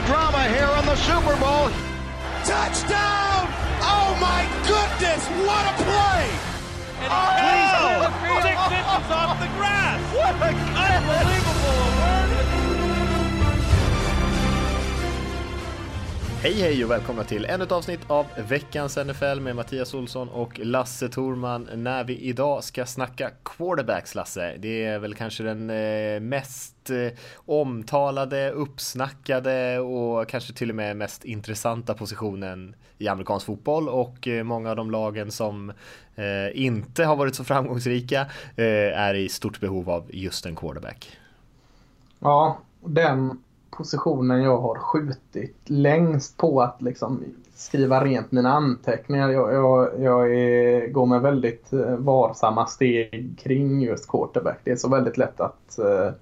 drama here in the Super Bowl. Touchdown! Oh my goodness, what a play! And please, 6 inches off the grass. What a unbelievable award! Hej och välkomna till ännu ett avsnitt av veckans NFL med Mattias Olsson och Lasse Thorman. När vi idag ska snacka quarterbacks, Lasse, det är väl kanske den mest omtalade, uppsnackade och kanske till och med mest intressanta positionen i amerikansk fotboll, och många av de lagen som inte har varit så framgångsrika är i stort behov av just en quarterback. Ja, den positionen jag har skjutit längst på att liksom skriva rent mina anteckningar. Jag går med väldigt varsamma steg kring just quarterback. Det är så väldigt lätt att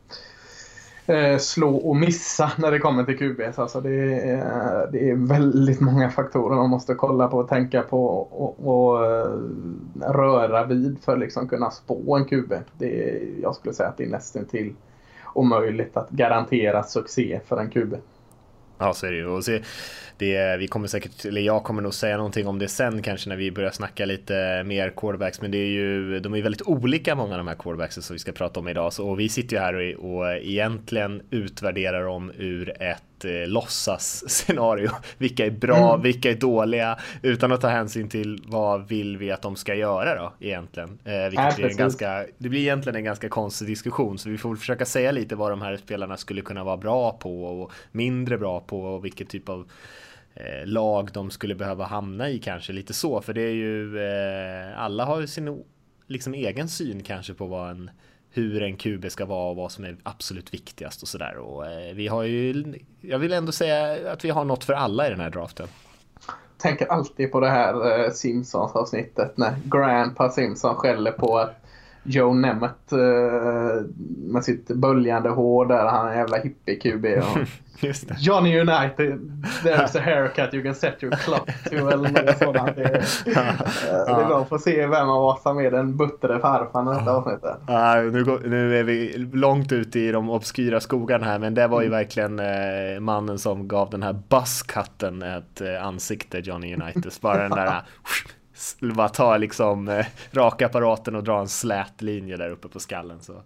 slå och missa när det kommer till QB. Alltså det är väldigt många faktorer man måste kolla på och tänka på och röra vid för att liksom kunna spå en QB. Jag skulle säga att det är nästan till omöjligt att garantera succé för en QB. Ja, så är det ju. Och vi kommer säkert, eller jag kommer nog säga någonting om det sen kanske när vi börjar snacka lite mer quarterbacks, men de är väldigt olika, många av de här quarterbacks som vi ska prata om idag. Och vi sitter ju här och egentligen utvärderar dem ur ett låtsasscenario. Vilka är bra, vilka är dåliga, utan att ta hänsyn till vad vill vi att de ska göra då egentligen. Det blir egentligen en ganska konstig diskussion, så vi får försöka säga lite vad de här spelarna skulle kunna vara bra på och mindre bra på, och vilket typ av lag de skulle behöva hamna i, kanske lite så, för det är ju alla har ju sin liksom egen syn kanske på hur en QB ska vara och vad som är absolut viktigast och sådär. Och vi har ju, jag vill ändå säga att vi har något för alla i den här draften. Tänker alltid på det här Simpsons-avsnittet när Grandpa Simpson skäller på att Joe Nemeth med sitt böljande hår där, han är en jävla hippie-QB. Just det. Johnny United, there's a haircut you can set your clock to, eller något sådant. Det är bra att få se vem av oss som är den buttre farfan i detta avsnittet. Nu är vi långt ute i de obskyra skogarna här, men det var ju verkligen mannen som gav den här buzzcutten ett ansikte, Johnny United. Bara den där bara ta liksom raka apparaten och dra en slät linje där uppe på skallen. Så.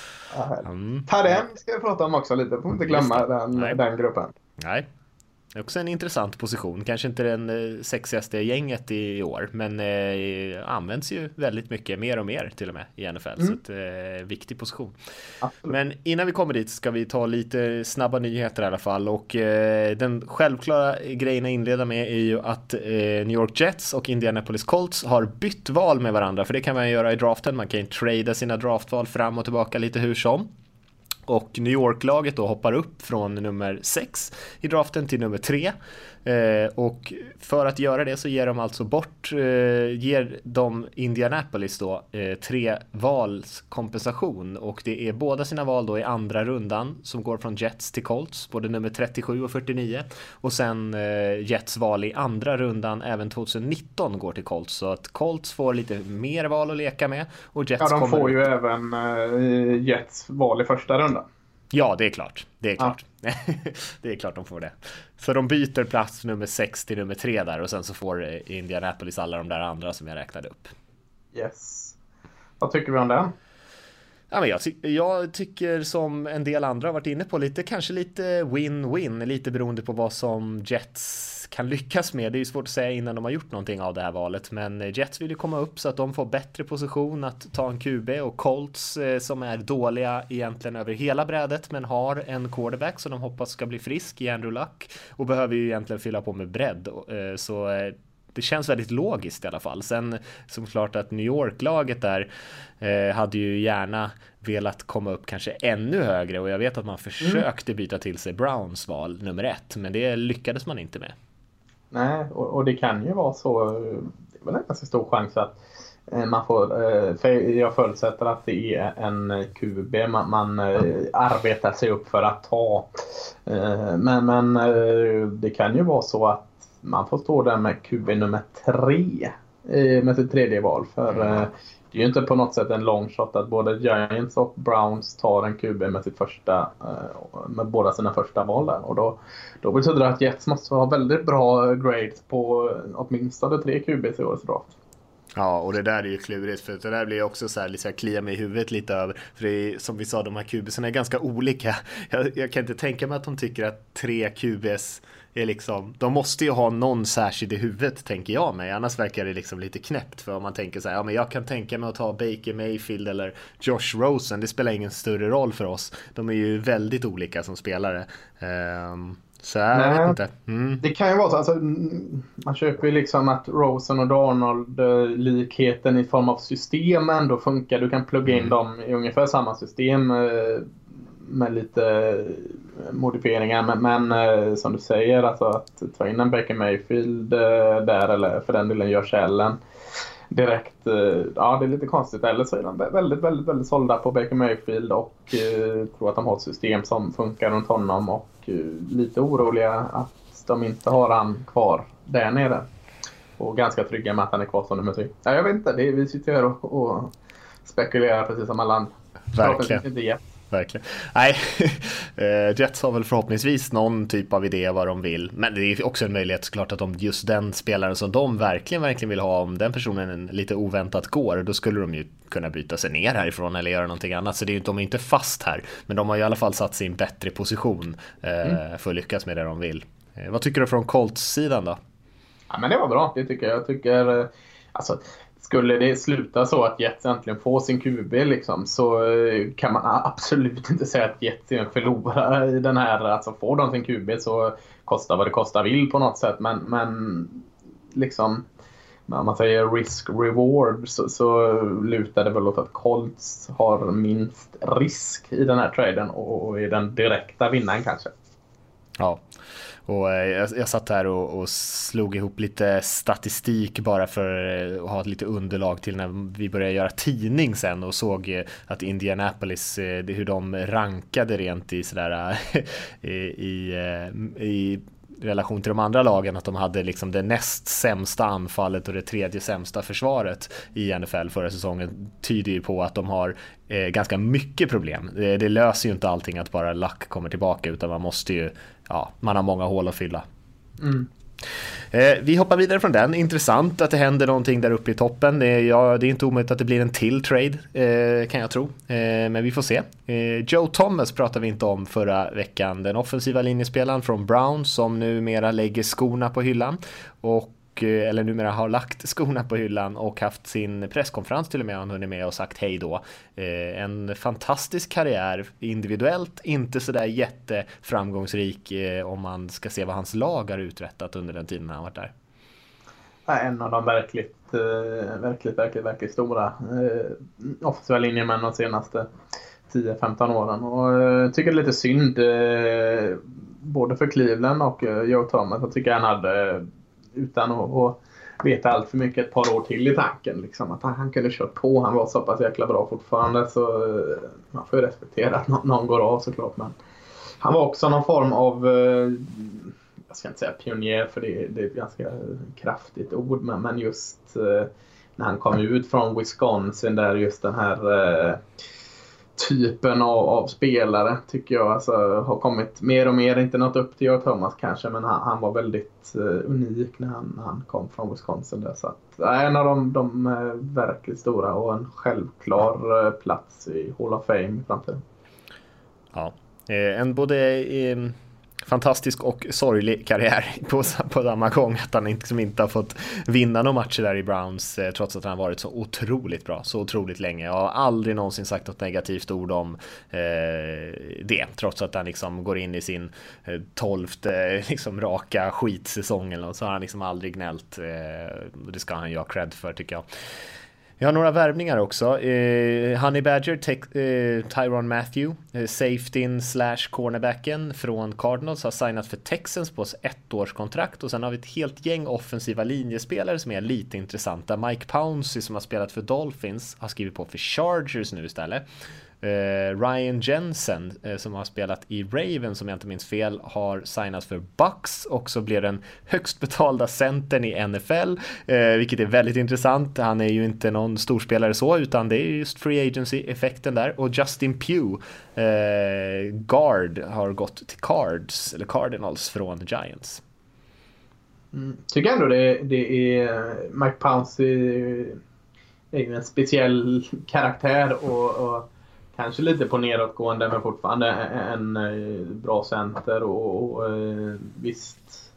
Taren ska vi prata om också lite, får inte glömma den gruppen. Nej, det är också en intressant position. Kanske inte den sexigaste gänget i år, men används ju väldigt mycket, mer och mer till och med i NFL. Så viktig position. Absolut. Men innan vi kommer dit ska vi ta lite snabba nyheter i alla fall. Och den självklara grejen att inleda med är ju att New York Jets och Indianapolis Colts har bytt val med varandra. För det kan man göra i draften. Man kan ju trada sina draftval fram och tillbaka lite hur som. Och New York-laget då hoppar upp från nummer 6 i draften till nummer 3. Och för att göra det så ger de Indianapolis då 3 vals kompensation, och det är båda sina val då i andra rundan som går från Jets till Colts, både nummer 37 och 49, och sen Jets val i andra rundan även 2019 går till Colts, så att Colts får lite mer val att leka med, och Jets får ju även Jets val i första rundan. Ja, det är klart. Det är klart de får det. Så de byter plats nummer 6 till nummer 3 där, och sen så får Indianapolis alla de där andra som jag räknade upp. Yes. Vad tycker vi om det? Ja, men jag tycker som en del andra har varit inne på, kanske lite win-win, lite beroende på vad som Jets kan lyckas med. Det är ju svårt att säga innan de har gjort någonting av det här valet, men Jets vill ju komma upp så att de får bättre position att ta en QB, och Colts som är dåliga egentligen över hela brädet men har en quarterback som de hoppas ska bli frisk i Andrew Luck, och behöver ju egentligen fylla på med bredd, så det känns väldigt logiskt i alla fall. Sen som klart att New York-laget där hade ju gärna velat komma upp kanske ännu högre, och jag vet att man försökte byta till sig Browns val nummer 1, men det lyckades man inte med. Nej, och det kan ju vara så, det är väl en ganska stor chans att man får, för jag förutsätter att det är en QB man arbetar sig upp för att ta, men det kan ju vara så att man får stå där med QB nummer 3 med sitt tredje val, för det är ju inte på något sätt en long shot att både Giants och Browns tar en QB med båda sina första val där. Och då betyder det att Jets måste ha väldigt bra grades på åtminstone 3 QBs i årets draft. Ja, och det där är ju klurigt, för det där blir också så här lite klia mig i huvudet lite över, för det är, som vi sa, de här QBsarna är ganska olika. Jag kan inte tänka mig att de tycker att 3 QBs är liksom, de måste ju ha någon särskild i huvudet, tänker jag mig, annars verkar det liksom lite knäppt. För om man tänker så här, ja men jag kan tänka mig att ta Baker Mayfield eller Josh Rosen, det spelar ingen större roll för oss, de är ju väldigt olika som spelare. Så jag vet inte. Det kan ju vara så, alltså, man köper ju liksom att Rosen och Darnold, likheten i form av system ändå funkar. Du kan plugga in dem i ungefär samma system med lite modifieringar. Men som du säger, alltså, att ta in en Baker Mayfield där, eller för den delen Josh Allen direkt, ja, det är lite konstigt. Eller så är de väldigt, väldigt, väldigt sålda på Baker Mayfield och tror att de har ett system som funkar runt honom, och lite oroliga att de inte har han kvar där nere, och ganska trygga med att han är kvar som nummer 3. Ja, jag vet inte, vi sitter här och spekulerar precis som alla andra. Verkligen. Verkligen. Nej, Jets har väl förhoppningsvis någon typ av idé vad de vill, men det är också en möjlighet såklart att om just den spelaren som de verkligen vill ha, om den personen lite oväntat går, då skulle de ju kunna byta sig ner härifrån eller göra någonting annat, så de är inte fast här, men de har i alla fall satt sig i en bättre position för att lyckas med det de vill. Vad tycker du från Colts-sidan då? Ja, men det var bra, det tycker jag. Jag tycker, alltså, skulle det sluta så att Jets äntligen får sin QB liksom, så kan man absolut inte säga att Jets är en förlorare i den här. Alltså, får de sin QB så kostar vad det kostar vill på något sätt. Men liksom, när man säger risk-reward så lutar det väl åt att Colts har minst risk i den här traden och är den direkta vinnaren kanske. Ja. Och jag satt här och slog ihop lite statistik bara för att ha lite underlag till när vi började göra tidning sen, och såg att Indianapolis, hur de rankade rent i sådär i relation till de andra lagen, att de hade liksom det näst sämsta anfallet och det tredje sämsta försvaret i NFL förra säsongen, tyder ju på att de har ganska mycket problem. Det löser ju inte allting att bara Luck kommer tillbaka, utan man måste ju, man har många hål att fylla. Vi hoppar vidare från den. Intressant att det händer någonting där uppe i toppen. Det är inte omöjligt att det blir en till trade, kan jag tro, men vi får se. Joe Thomas pratade vi inte om förra veckan, den offensiva linjespelaren från Browns som numera lägger skorna på hyllan, eller numera har lagt skorna på hyllan och haft sin presskonferens till och med, han hunnit med och sagt hej då. En fantastisk karriär individuellt, inte sådär jätteframgångsrik om man ska se vad hans lag har uträttat under den tiden han varit där. En av de verkligt stora offensiva linjemän de senaste 10-15 åren, och jag tycker det är lite synd både för Cleveland och Joe Thomas. Jag tycker han hade, utan att veta allt för mycket, ett par år till i tanken liksom, att han kunde kört på. Han var så pass jäkla bra fortfarande, så man får ju respektera att någon går av såklart, men han var också någon form av, jag ska inte säga pionjär för det är ett ganska kraftigt ord, men just när han kom ut från Wisconsin, där just den här typen av spelare tycker jag alltså har kommit mer och mer, inte något upp till Joe Thomas kanske, men han var väldigt unik när han kom från Wisconsin där, så att en av de verkligt stora och en självklar plats i Hall of Fame i framtiden. Ja, en både fantastisk och sorglig karriär på samma gång, att han inte har fått vinna några matcher där i Browns, trots att han har varit så otroligt bra, så otroligt länge. Jag har aldrig någonsin sagt något negativt ord om det, trots att han liksom går in i sin 12:e liksom raka skitsäsong eller något, så har han liksom aldrig gnällt. Det ska han ju ha cred för, tycker jag. Vi har några värvningar också. Honey Badger, Tyrann Mathieu, safetyn / cornerbacken från Cardinals, har signat för Texans på 1-årskontrakt. Och sen har vi ett helt gäng offensiva linjespelare som är lite intressanta. Mike Pouncey, som har spelat för Dolphins, har skrivit på för Chargers nu istället. Ryan Jensen som har spelat i Ravens, som jag inte minns fel, har signats för Bucks och så blir den högst betalda centern i NFL, vilket är väldigt intressant. Han är ju inte någon storspelare så, utan det är just free agency-effekten där. Och Justin Pugh, guard, har gått till Cardinals från Giants. Tycker ändå det är Mike Pouncey är ju en speciell karaktär och kanske lite på nedåtgående, men fortfarande en bra center och visst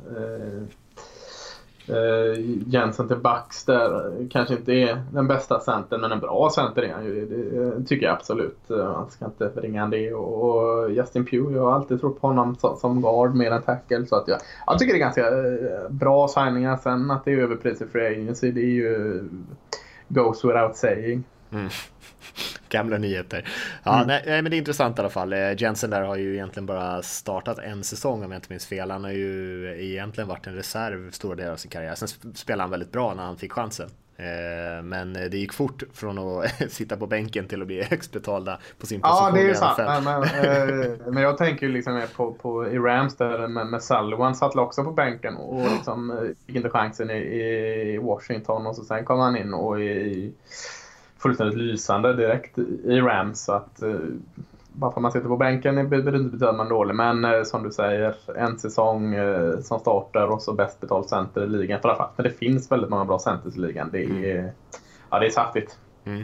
Jensen till Bucks där kanske inte är den bästa centern, men en bra center är han ju, det tycker jag absolut. Man ska inte förringa han det. Och Justin Pugh, jag har alltid trott på honom som guard med en tackle, så att jag tycker det är ganska bra signingar. Sen att det är överpris i free agency, det är ju goes without saying. Gamla nyheter. Ja, nej, men det är intressant i alla fall. Jensen där har ju egentligen bara startat en säsong om jag inte minns fel. Han har ju egentligen varit en reserv stora delar av sin karriär. Sen spelade han väldigt bra när han fick chansen. Men det gick fort från att sitta på bänken till att bli högst betalda på sin position. Ja, det är ju sant. Men jag tänker ju liksom på i Rams där med Sullivan satt också på bänken och liksom fick inte chansen i Washington, och så sen kom han in och i fullständigt lysande direkt i Rams, så att bara för att man sitter på bänken betyder inte att man är dålig, men som du säger, en säsong som startar och så bäst betalt center i ligan, för att det finns väldigt många bra centers i ligan. Det är saftigt.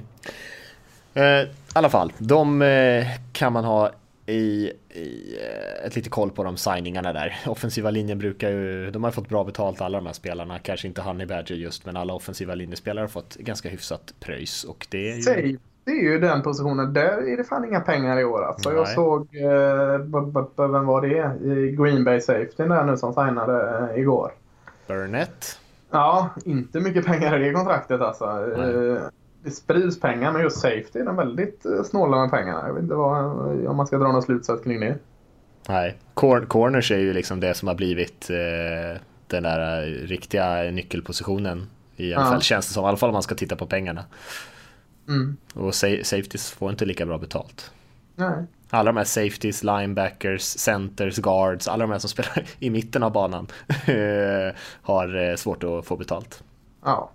I alla fall, de kan man ha i ett lite koll på de signingarna där. Offensiva linjen brukar ju, de har fått bra betalt alla de här spelarna, kanske inte Honey Badger just, men alla offensiva linjespelare har fått ganska hyfsat pröjs, och det är ju... Det är ju den positionen, där är det fan inga pengar i år alltså. Jag såg, vem var det? I Green Bay Safety där nu som signade igår. Burnett? Ja, inte mycket pengar i det kontraktet alltså. Det sprids pengar, men just safety är de väldigt snåla med pengarna. Jag vet inte om man ska dra någon slutsats kring det. Nej, corners är ju liksom det som har blivit den där riktiga nyckelpositionen i alla fall, känns det som, i alla fall om man ska titta på pengarna. Och safeties får inte lika bra betalt. Nej. Alla de här safeties, linebackers, centers, guards, alla de här som spelar i mitten av banan har svårt att få betalt. Ja.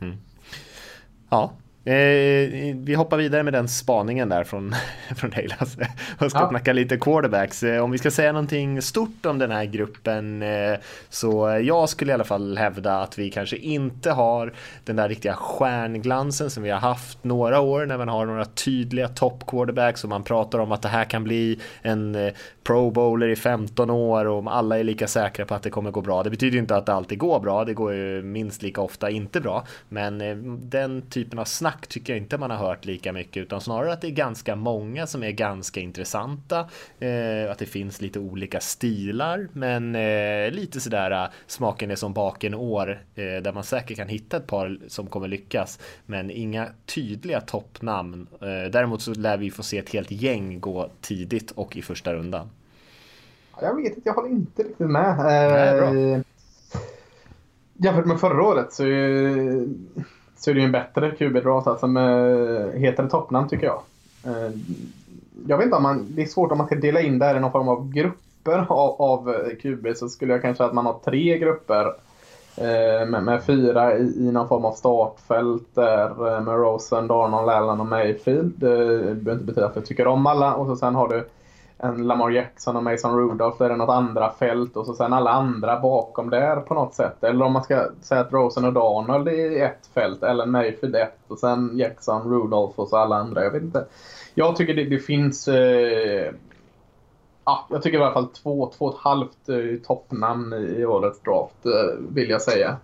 Ja. Vi hoppar vidare med den spaningen där från dig, Lasse, och ska snacka lite quarterbacks. Om vi ska säga någonting stort om den här gruppen, så jag skulle i alla fall hävda att vi kanske inte har den där riktiga stjärnglansen som vi har haft några år, när man har några tydliga top quarterbacks och man pratar om att det här kan bli en pro bowler i 15 år och alla är lika säkra på att det kommer gå bra. Det betyder inte att det alltid går bra, det går ju minst lika ofta inte bra, men den typen av snack tycker jag inte man har hört lika mycket, utan snarare att det är ganska många som är ganska intressanta, att det finns lite olika stilar, men lite sådär smaken är som baken år, där man säkert kan hitta ett par som kommer lyckas, men inga tydliga toppnamn. Däremot så lär vi få se ett helt gäng gå tidigt och i första rundan. Jag vet inte, jag håller inte riktigt med. Jämfört med förra året så är det ju en bättre QB-draft alltså med hetare toppnamn, tycker jag. Jag vet inte det är svårt om man ska dela in det här i någon form av grupper av QB, så skulle jag kanske att man har 3 grupper med 4 i någon form av startfält där med Rosen, Darnold, Allen och Mayfield. Det behöver inte betyda att jag tycker om alla, och så sen har du en Lamar Jackson och Mason Rudolph, där är något andra fält, och så sen alla andra bakom där på något sätt. Eller om man ska säga att Rosen och Darnold är ett fält, eller Mayfield ett, och sen Jackson, Rudolph och så alla andra. Jag vet inte. Jag tycker det finns jag tycker i alla fall 2,5 toppnamn i årets draft, vill jag säga.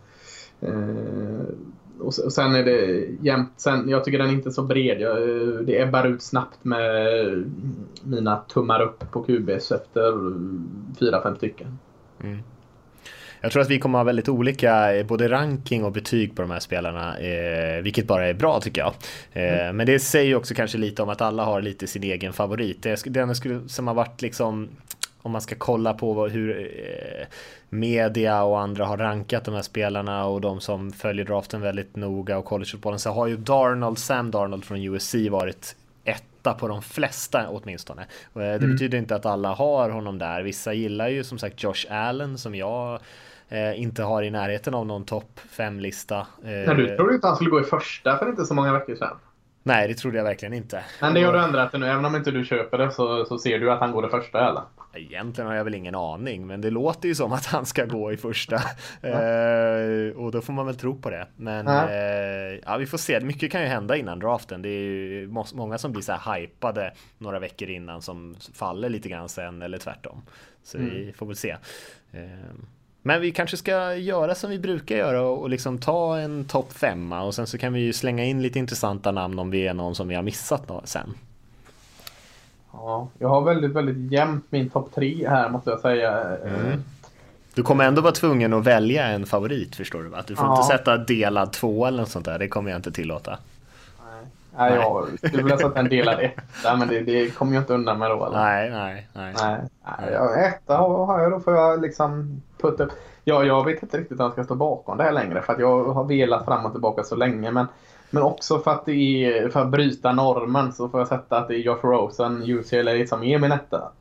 Och sen är det jämnt. Sen, jag tycker den är inte så bred. Det ebbar ut snabbt med mina tummar upp på QBs efter 4-5 stycken. Jag tror att vi kommer ha väldigt olika både ranking och betyg på de här spelarna, vilket bara är bra, tycker jag. Men det säger också kanske lite om att alla har lite sin egen favorit. Den som har varit liksom, om man ska kolla på hur media och andra har rankat de här spelarna och de som följer draften väldigt noga och collegefotbollen, så har ju Sam Darnold från USC varit etta på de flesta åtminstone. Det betyder inte att alla har honom där. Vissa gillar ju som sagt Josh Allen som jag inte har i närheten av någon topp 5-lista. Men du trodde inte han skulle gå i första för inte så många veckor sedan? Nej, det trodde jag verkligen inte. Men det har du ändrat nu. Även om inte du köper det så ser du att han går det första eller? Egentligen har jag väl ingen aning, men det låter ju som att han ska gå i första. Och då får man väl tro på det. Men ja, vi får se. Mycket kan ju hända innan draften. Det är ju många som blir så här hypade några veckor innan som faller lite grann sen eller tvärtom. Så vi får väl se. Men vi kanske ska göra som vi brukar göra och liksom ta en topp 5 och sen så kan vi ju slänga in lite intressanta namn om vi är någon som vi har missat sen. Ja, jag har väldigt, väldigt jämnt min topp 3 här måste jag säga. Du kommer ändå vara tvungen att välja en favorit, förstår du va? Du får inte sätta delad 2 eller något sånt där, det kommer jag inte tillåta. Nej, jag skulle vilja sätta en delad 1, men det kommer jag inte undan med då. Eller? Nej. Etta har jag då för jag liksom putta upp. Jag vet inte riktigt att jag ska stå bakom det här längre för att jag har velat fram och tillbaka så länge, men också för att bryta normen så får jag sätta att det är Josh Rosen, UCLA som är min etta.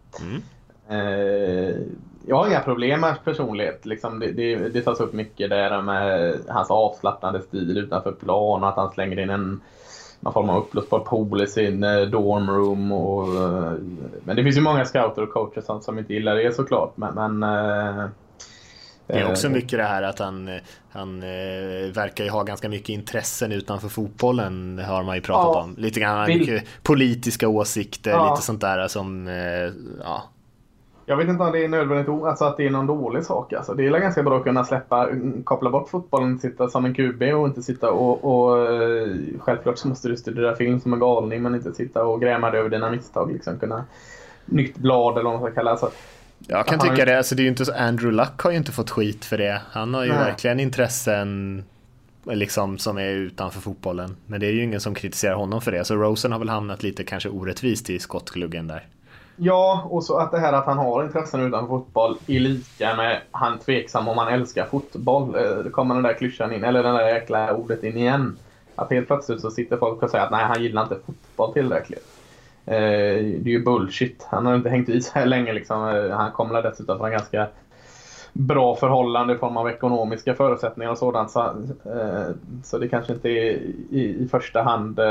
Jag har inga problem med personlighet. Liksom det tas upp mycket där med hans avslappnande stil utanför plan och att han slänger in en form av uppblåsbar pool i sin dormroom. Men det finns ju många scouter och coacher som inte gillar det såklart. Men det är också mycket det här att han verkar ju ha ganska mycket intressen utanför fotbollen, har man ju pratat om. Lite grann mycket politiska åsikter, lite sånt där som Jag vet inte om det är nödvändigt att det är någon dålig sak. Alltså, det är ganska bra att kunna koppla bort fotbollen, sitta som en QB och inte sitta och självklart så måste du studera film som en galning men inte sitta och gräma över dina misstag. Liksom, kunna nytt blad eller vad man ska kalla det. Jag kan tycka det, alltså det är ju inte så, Andrew Luck har ju inte fått skit för det. Han har ju verkligen intressen liksom som är utanför fotbollen. Men det är ju ingen som kritiserar honom för det. Så Rosen har väl hamnat lite kanske orättvist i skottgluggen där. Ja, och så att det här att han har intressen utanför fotboll är lika med han tveksam om han älskar fotboll. Det kommer den där klyschan in, eller den där jäkla ordet in igen. Att helt plötsligt så sitter folk och säger att nej, han gillar inte fotboll tillräckligt. Det är ju bullshit. Han har inte hängt i så här länge liksom. Han kommer dessutom från en ganska bra förhållande i form av ekonomiska förutsättningar och sådant. Så det kanske inte är i första hand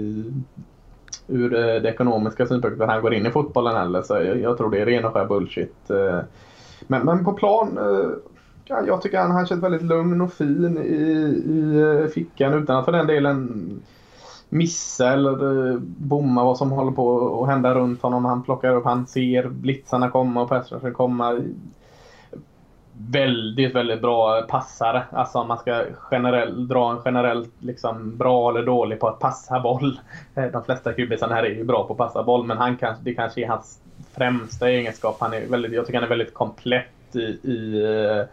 ur det ekonomiska synpunkten han går in i fotbollen heller. Så jag tror det är ren och skär bullshit. Men på plan, jag tycker han känns väldigt lugn och fin i fickan utan att för den delen missa eller bomma vad som håller på att hända runt honom. Han plockar upp, han ser blitzarna komma och passarna komma. Väldigt, väldigt bra passare. Alltså om man ska dra en generellt liksom bra eller dålig på att passa boll. De flesta QB:arna här är ju bra på att passa boll, men det kanske är hans främsta egenskap. Jag tycker han är väldigt komplett i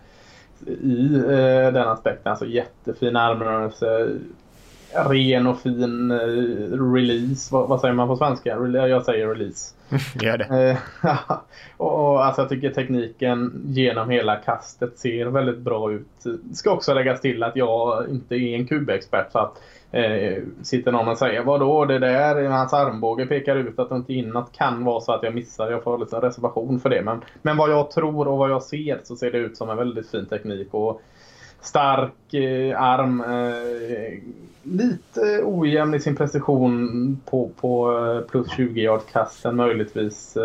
den aspekten. Alltså jättefin armrörelse, ren och fin release. Vad säger man på svenska? Jag säger release. Gör det. Och alltså jag tycker tekniken genom hela kastet ser väldigt bra ut. Ska också läggas till att jag inte är en QB-expert så att sitter någon och säger vadå det där i hans armbåge pekar ut att det inte inåt kan vara så att jag missar. Jag får lite en reservation för det. Men vad jag tror och vad jag ser så ser det ut som en väldigt fin teknik och stark arm, lite ojämn i sin precision på plus 20 yard-kasten möjligtvis.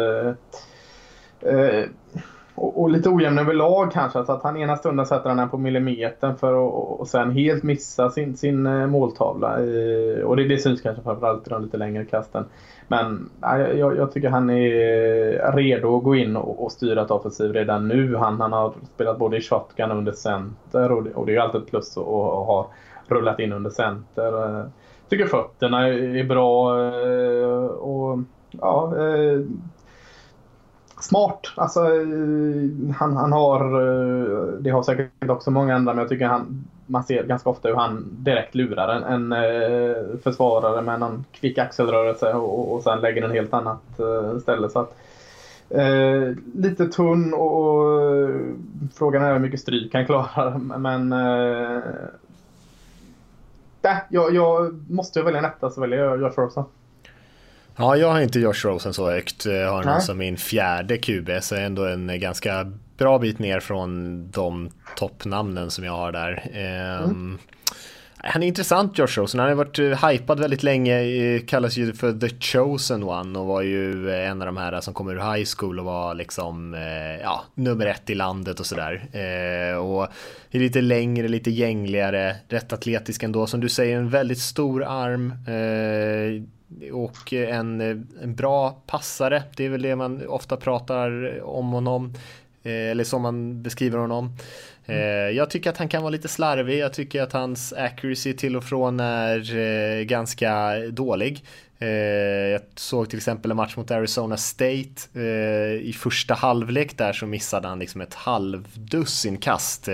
Och lite ojämn överlag kanske, så att han ena stunden sätter han den på millimetern för att sen helt missa sin måltavla. Och det syns kanske framförallt i de lite längre kasten. Men jag tycker han är redo att gå in och styra ett offensiv redan nu. Han har spelat både i shotgun och under center och det är ju alltid ett plus att ha rullat in under center. Jag tycker fötterna är bra och smart. Alltså han har, det har säkert också många andra, men jag tycker man ser ganska ofta hur han direkt lurar en försvarare med en kvick axelrörelse och sen lägger en helt annat ställe. Så att lite tunn och frågan är hur mycket stryk han klarar, men jag måste välja en etta så väljer jag Josh Rosen. Ja, jag har inte Josh Rosen så högt. Jag har honom som min 4:e QB, så ändå en ganska bra bit ner från de toppnamnen som jag har där. Han är intressant, Josh Rosen. Han har varit hypad väldigt länge, kallas ju för The Chosen One och var ju en av de här som kommer ur high school och var liksom nummer 1 i landet och sådär. Och är lite längre, lite gängligare, rätt atletisk ändå. Som du säger, en väldigt stor arm och en bra passare. Det är väl det man ofta pratar om honom, eller som man beskriver honom. Jag tycker att han kan vara lite slarvig. Jag tycker att hans accuracy till och från är ganska dålig. Jag såg till exempel en match mot Arizona State i första halvlek där, så missade han liksom ett halvdussin kast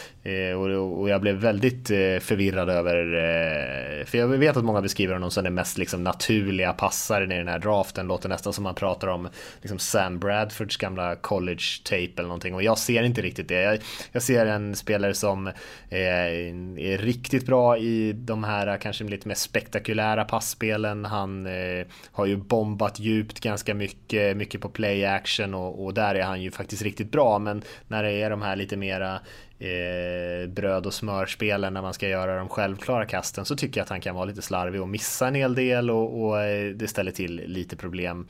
och jag blev väldigt förvirrad över, för jag vet att många beskriver honom som den mest liksom naturliga passaren i den här draften. Låter nästan som man pratar om liksom Sam Bradfords gamla college tape eller någonting, och jag ser inte riktigt det. Jag ser en spelare som är riktigt bra i de här kanske lite mer spektakulära passspelen. Han har ju bombat djupt ganska mycket på play action och där är han ju faktiskt riktigt bra, men när det är de här lite mera bröd och smörspelen när man ska göra de självklara kasten, så tycker jag att han kan vara lite slarvig och missa en hel del och det ställer till lite problem.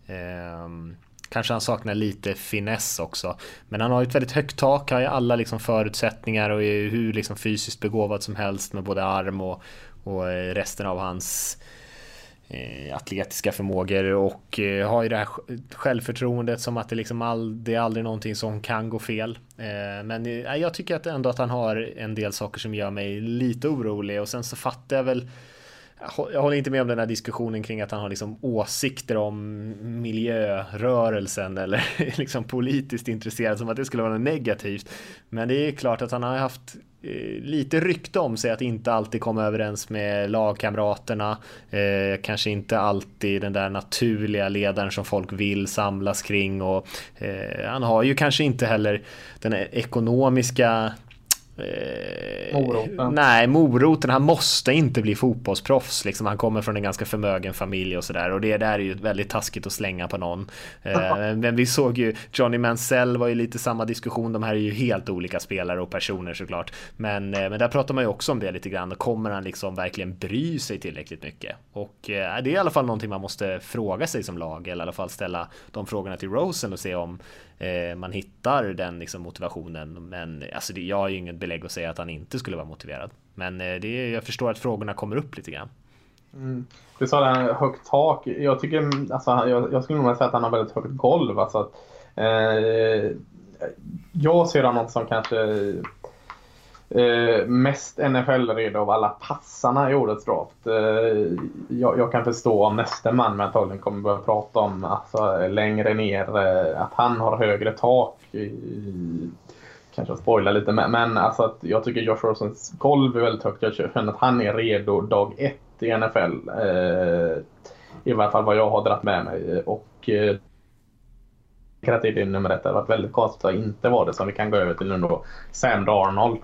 Kanske han saknar lite finess också, men han har ju ett väldigt högt tak, har ju alla liksom förutsättningar och är hur liksom fysiskt begåvad som helst med både arm och resten av hans atletiska förmågor, och har ju det här självförtroendet som att det liksom det är aldrig någonting som kan gå fel. Men jag tycker att ändå att han har en del saker som gör mig lite orolig, och sen så fattar jag väl, jag håller inte med om den här diskussionen kring att han har liksom åsikter om miljörörelsen eller liksom politiskt intresserad, som att det skulle vara något negativt. Men det är klart att han har haft lite rykte om sig att inte alltid komma överens med lagkamraterna, kanske inte alltid den där naturliga ledaren som folk vill samlas kring, och han har ju kanske inte heller den ekonomiska moroten. Han måste inte bli fotbollsproffs liksom. Han kommer från en ganska förmögen familj och sådär, och det där är ju väldigt taskigt att slänga på någon. Men vi såg ju Johnny Mansell var ju lite samma diskussion. De här är ju helt olika spelare och personer såklart, men där pratar man ju också om det lite grann. Kommer han liksom verkligen bry sig tillräckligt mycket? Och det är i alla fall någonting man måste fråga sig som lag, eller i alla fall ställa de frågorna till Rosen och se om man hittar den liksom motivationen. Men alltså jag har ju inget belägg att säga att han inte skulle vara motiverad, men jag förstår att frågorna kommer upp lite grann. Du sa det här högt tak. Jag tycker alltså, jag skulle nog säga att han har väldigt högt golv, alltså att, jag ser något som kanske mest NFL-redo av alla passarna i årets draft. Jag kan förstå om nästa man med antagligen kommer börja prata om alltså, längre ner att han har högre tak, kanske spoila lite, men alltså att jag tycker Josh Rosens golv är väldigt högt. Jag känner att han är redo dag 1 i NFL, i varje fall vad jag har dratt med mig, och att det är nummer 1. Det har varit väldigt konstigt att inte vara det, som vi kan gå över till nu då, Sam Darnold.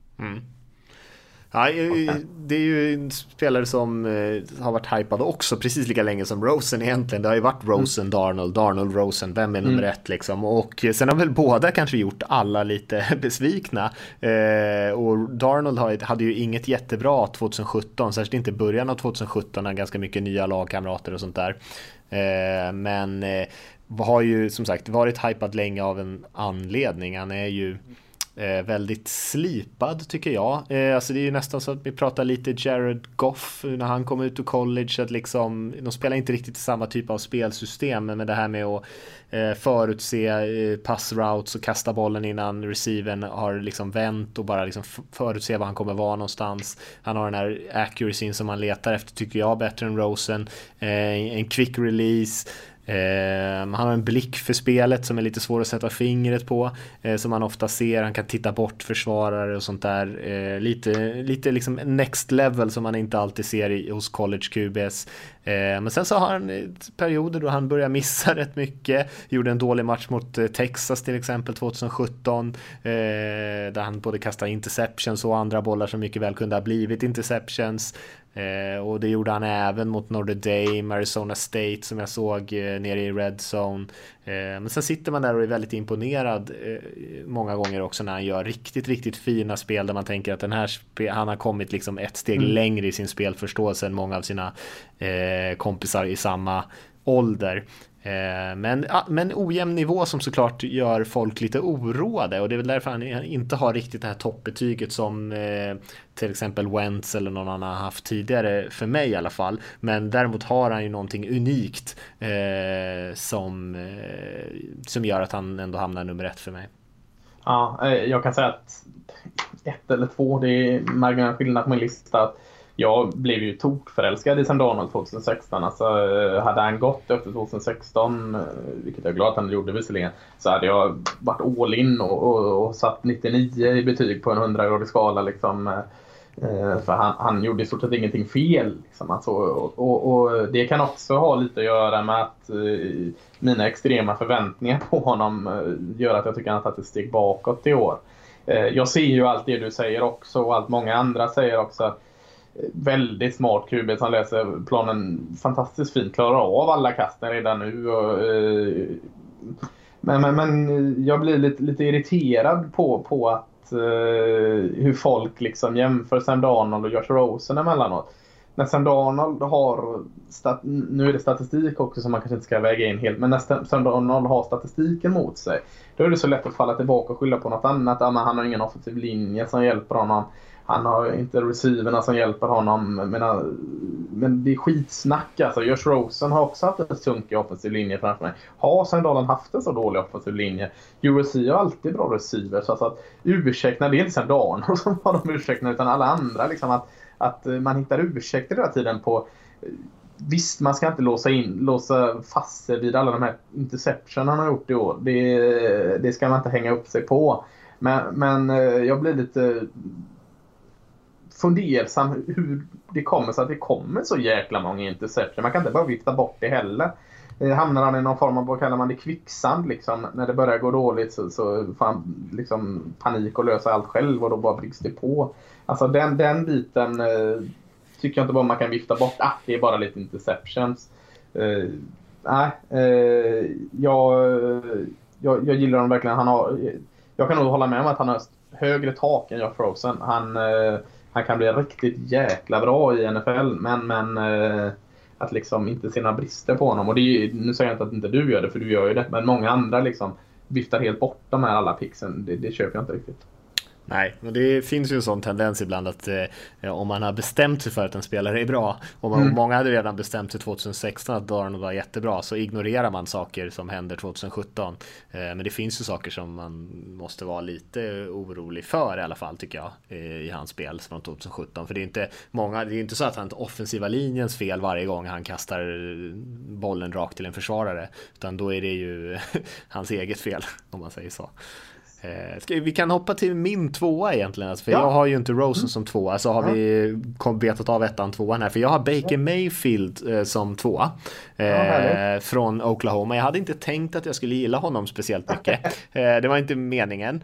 Ja, det är ju en spelare som har varit hypad också precis lika länge som Rosen egentligen. Det har ju varit Rosen, Darnold, Rosen. Vem är nummer 1 liksom? Och sen har väl båda kanske gjort alla lite besvikna. Och Darnold hade ju inget jättebra 2017, särskilt inte början av 2017, när ganska mycket nya lagkamrater och sånt där. Men har ju som sagt varit hypad länge av en anledning. Han är ju väldigt slipad tycker jag. Alltså det är ju nästan så att vi pratar lite Jared Goff när han kom ut ur college, att liksom, de spelar inte riktigt samma typ av spelsystem, men med det här med att förutse passroutes och kasta bollen innan receivern har liksom vänt och bara liksom förutse var han kommer vara någonstans. Han har den här accuracyn som man letar efter, tycker jag, bättre än Rosen. En quick release. Han har en blick för spelet som är lite svår att sätta fingret på, som man ofta ser. Han kan titta bort försvarare och sånt där, lite liksom next level som man inte alltid ser hos college QBs. Men sen så har han perioder då han börjar missa rätt mycket. Gjorde en dålig match mot Texas till exempel 2017, där han både kastade interceptions och andra bollar som mycket väl kunde ha blivit interceptions. Och det gjorde han även mot Notre Dame, Arizona State som jag såg nere i Red Zone. Men sen sitter man där och är väldigt imponerad många gånger också när han gör riktigt, riktigt fina spel där man tänker att han har kommit liksom ett steg längre i sin spelförståelse än många av sina kompisar i samma ålder. Men ojämn nivå som såklart gör folk lite oroade, och det är väl därför han inte har riktigt det här toppbetyget som till exempel Wentz eller någon annan har haft tidigare, för mig i alla fall. Men däremot har han ju någonting unikt som gör att han ändå hamnar nummer 1 för mig. Ja, jag kan säga att 1 eller 2, det är marginell skillnad på min lista. Jag blev ju tokförälskad i Sam Darnold 2016. Alltså, hade han gått efter 2016, vilket jag är glad att han gjorde visserligen, så hade jag varit all in och satt 99 i betyg på en 100-gradig skala. Liksom. För han gjorde i stort sett ingenting fel. Liksom. Alltså, och det kan också ha lite att göra med att mina extrema förväntningar på honom gör att jag tycker att han har tagit ett steg bakåt i år. Jag ser ju allt det du säger också, och allt många andra säger också. Väldigt smart QB som läser planen fantastiskt fint, klarar av alla kasten redan nu. Men jag blir lite irriterad på att hur folk liksom jämför Sam Darnold och Josh Rosen emellanåt. När Sam Darnold har nu är det statistik också som man kanske inte ska väga in helt, men när Sam Darnold har statistiken mot sig, då är det så lätt att falla tillbaka och skylla på något annat. Ja, men han har ingen offensiv linje som hjälper honom. Han har inte receiverna som hjälper honom. Men det är skitsnack. Alltså, Josh Rosen har också haft en sunkig offensiv linje framför mig. Har Sam Darnold haft en så dålig offensiv linje? USC har alltid bra receivers. Så att ursäkterna, det är inte Sam Darnold som har de ursäkterna, utan alla andra. Liksom att man hittar ursäkter hela tiden på... Visst, man ska inte låsa fast sig vid alla de här interception han har gjort i år. Det ska man inte hänga upp sig på. Men jag blir lite fundersam hur det kommer så att det kommer så jäkla många interception. Man kan inte bara vifta bort det heller. Hamnar han i någon form av, vad kallar man det, kvicksand liksom. När det börjar gå dåligt så får han liksom panik och lösa allt själv, och då bara bricks det på. Alltså den biten tycker jag inte bara man kan vifta bort. Det är bara lite interceptions. Jag gillar honom verkligen. Jag kan nog hålla med om att han har högre tak än Josh Rosen. Han kan bli riktigt jäkla bra i NFL, men att liksom inte se några brister på honom. Och nu säger jag inte att inte du gör det, för du gör ju det, men många andra liksom viftar helt bort de här alla pixen. Det köper jag inte riktigt. Nej, och det finns ju en sån tendens ibland att om man har bestämt sig för att en spelare är bra, och många hade redan bestämt sig 2016 att Darnold var jättebra, så ignorerar man saker som händer 2017. Men det finns ju saker som man måste vara lite orolig för i alla fall, tycker jag, i hans spel från 2017. För det är inte så att han har offensiva linjens fel varje gång han kastar bollen rakt till en försvarare, utan då är det ju hans eget fel, om man säger så. Vi kan hoppa till min 2 egentligen, alltså, för jag har ju inte Rosen som 2, så har vi betat av 1:an 2:an här, för jag har Baker Mayfield som 2 från Oklahoma. Jag hade inte tänkt att jag skulle gilla honom speciellt mycket. Det var inte meningen.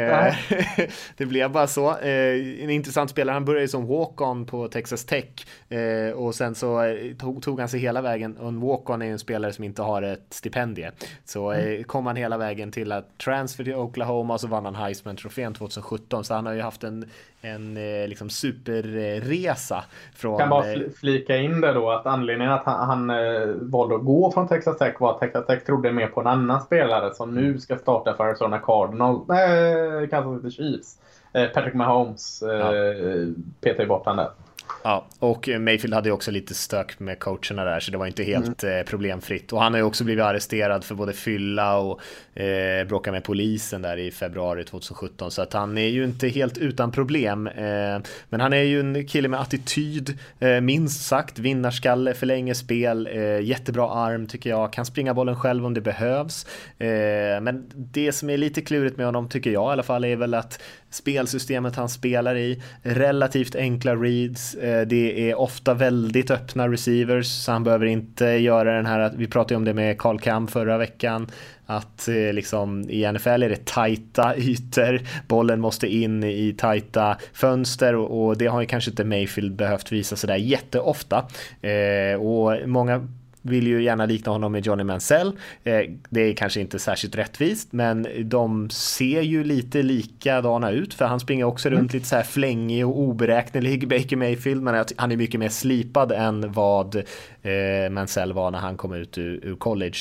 Det blev bara så. En intressant spelare. Han började som walk-on på Texas Tech, och sen så tog han sig hela vägen. Och en walk-on är en spelare som inte har ett stipendie, så kom han hela vägen till att transfer till Oklahoma, och så vann han Heisman-trofén 2017. Så han har ju haft en liksom superresa från... Kan bara flika in det då, att anledningen att han valde att gå från Texas Tech var att Texas Tech trodde mer på en annan spelare som nu ska starta för Arizona Cardinals, Kansas City Chiefs, Patrick Mahomes, petade bort han där. Ja, och Mayfield hade ju också lite stök med coacherna där, så det var inte helt problemfritt. Och han har ju också blivit arresterad för både fylla och bråka med polisen där i februari 2017. Så att han är ju inte helt utan problem. Men han är ju en kille med attityd, minst sagt, vinnarskalle, förlänger spel, jättebra arm tycker jag, kan springa bollen själv om det behövs. Men det som är lite klurigt med honom, tycker jag i alla fall, är väl att spelsystemet han spelar i, relativt enkla reads, Det är ofta väldigt öppna receivers, så han behöver inte göra den här, vi pratade ju om det med Carl Cam förra veckan, att liksom i NFL är det tajta ytor, bollen måste in i tajta fönster, och det har ju kanske inte Mayfield behövt visa sådär jätteofta, och många vill ju gärna likna honom med Johnny Manziel. Det är kanske inte särskilt rättvist, men de ser ju lite likadana ut, för han springer också runt lite så här flängig och oberäknelig, Baker Mayfield, men han är mycket mer slipad än vad Manziel var när han kom ut ur college.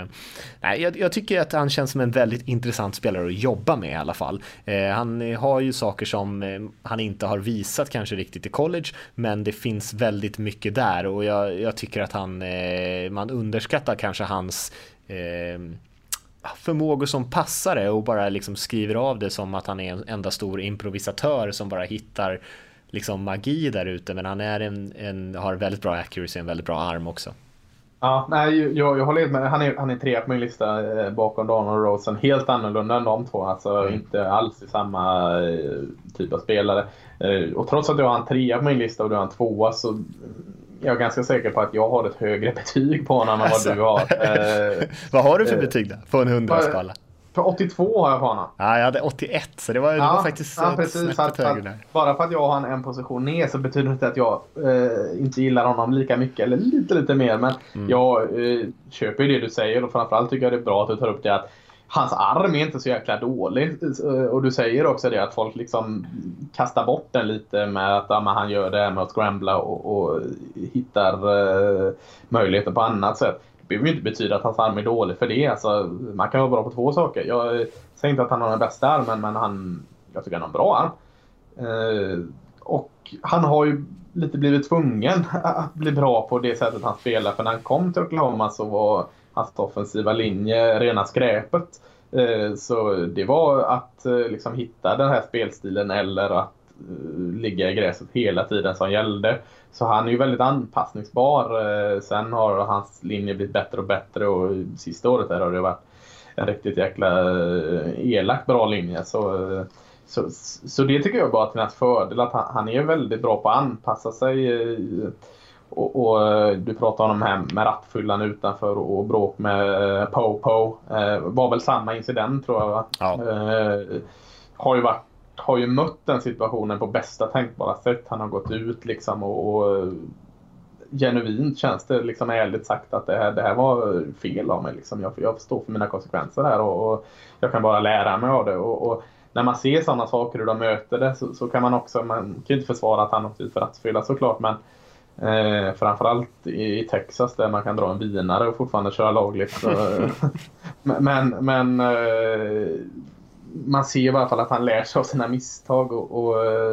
Jag tycker att han känns som en väldigt intressant spelare att jobba med i alla fall. Han har ju saker som han inte har visat kanske riktigt i college, men det finns väldigt mycket där, och jag tycker att man underskattar kanske hans förmågor som passare och bara liksom skriver av det som att han är en enda stor improvisatör som bara hittar liksom magi där ute, men han är har väldigt bra accuracy, en väldigt bra arm också. Ja, nej, jag håller med. Han är 3 på min lista bakom Donald Rosen. Helt annorlunda än de två. Alltså inte alls i samma typ av spelare. Och trots att jag har en 3 på min lista och du har en 2, så jag är ganska säker på att jag har ett högre betyg på honom än vad du har. Vad har du för betyg då? På en 100-skala? För 82 har jag på honom. Ja, jag hade 81, så det var faktiskt snäppet högre där. Bara för att jag har en position ner så betyder det inte att jag inte gillar honom lika mycket, eller lite mer. Men jag köper ju det du säger, och framförallt tycker jag det är bra att du tar upp det att hans arm är inte så jäkla dålig. Och du säger också det att folk liksom kastar bort den lite med att han gör det med att scrambla och hittar möjligheter på annat sätt. Det behöver ju inte betyda att hans arm är dålig för det. Alltså, man kan vara bra på 2 saker. Jag säger inte att han har den bästa armen, men jag tycker han har en bra arm. Och han har ju lite blivit tvungen att bli bra på det sättet han spelar. För när han kom till Oklahoma så var hans offensiva linje rena skräpet. Så det var att liksom hitta den här spelstilen eller att ligga i gräset hela tiden som gällde. Så han är ju väldigt anpassningsbar. Sen har hans linje blivit bättre och bättre, och sista året där har det varit en riktigt jäkla elakt bra linje. Så det tycker jag bara till hans fördel, att han är väldigt bra på att anpassa sig. Och du pratar om de här med rattfyllan utanför och bråk med Popo. Var väl samma incident, tror jag, va? Ja. Har ju mött den situationen på bästa tänkbara sätt. Han har gått ut liksom och genuint känns det liksom ärligt sagt att det här var fel av mig liksom. Jag står för mina konsekvenser här och jag kan bara lära mig av det, och när man ser sådana saker hur de möter det, så kan man också, man kan ju inte försvara att han åkte ut för att fylla såklart, men framförallt i Texas där man kan dra en vinare och fortfarande köra lagligt. men man ser i alla fall att han lär sig av sina misstag, och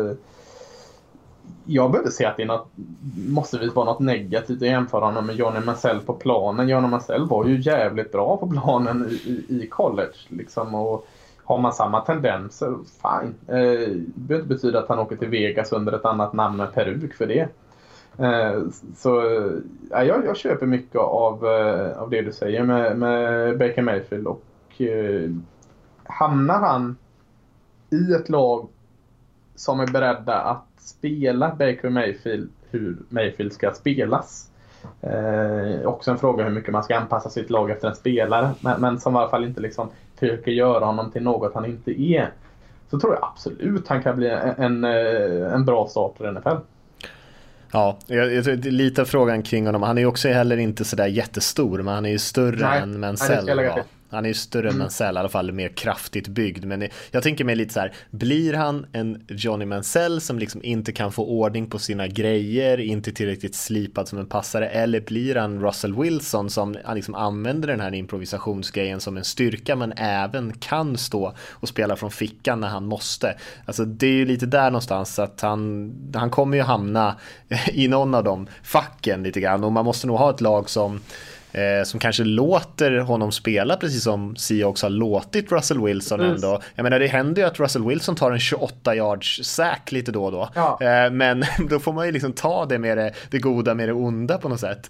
jag behöver se att det måste vara något negativt att jämföra honom med Johnny Manziel på planen. Johnny Manziel var ju jävligt bra på planen i college liksom, och har man samma tendenser, fine. Det behöver inte betyda att han åker till Vegas under ett annat namn med peruk för det. Så jag köper mycket av det du säger med Baker Mayfield, och hamnar han i ett lag som är beredda att spela Baker Mayfield hur Mayfield ska spelas, också en fråga hur mycket man ska anpassa sitt lag efter en spelare, men som i alla fall inte liksom försöker göra honom till något han inte är, så tror jag absolut han kan bli en bra starter i NFL. Ja, jag tror lite frågan kring honom. Han är ju också heller inte sådär jättestor, men han är ju större än Manziel. Han är ju större än Manziel, i alla fall mer kraftigt byggd. Men jag tänker mig lite så här: blir han en Johnny Manziel som liksom inte kan få ordning på sina grejer, inte tillräckligt slipad som en passare, eller blir han Russell Wilson som liksom använder den här improvisationsgrejen som en styrka, men även kan stå och spela från fickan när han måste? Alltså det är ju lite där någonstans att han kommer ju hamna i någon av de facken lite grann, och man måste nog ha ett lag som som kanske låter honom spela precis som Seahawks har låtit Russell Wilson ändå. Jag menar, det händer ju att Russell Wilson tar en 28 yards sack lite då och då. Ja. Men då får man ju liksom ta det med det goda med det onda på något sätt.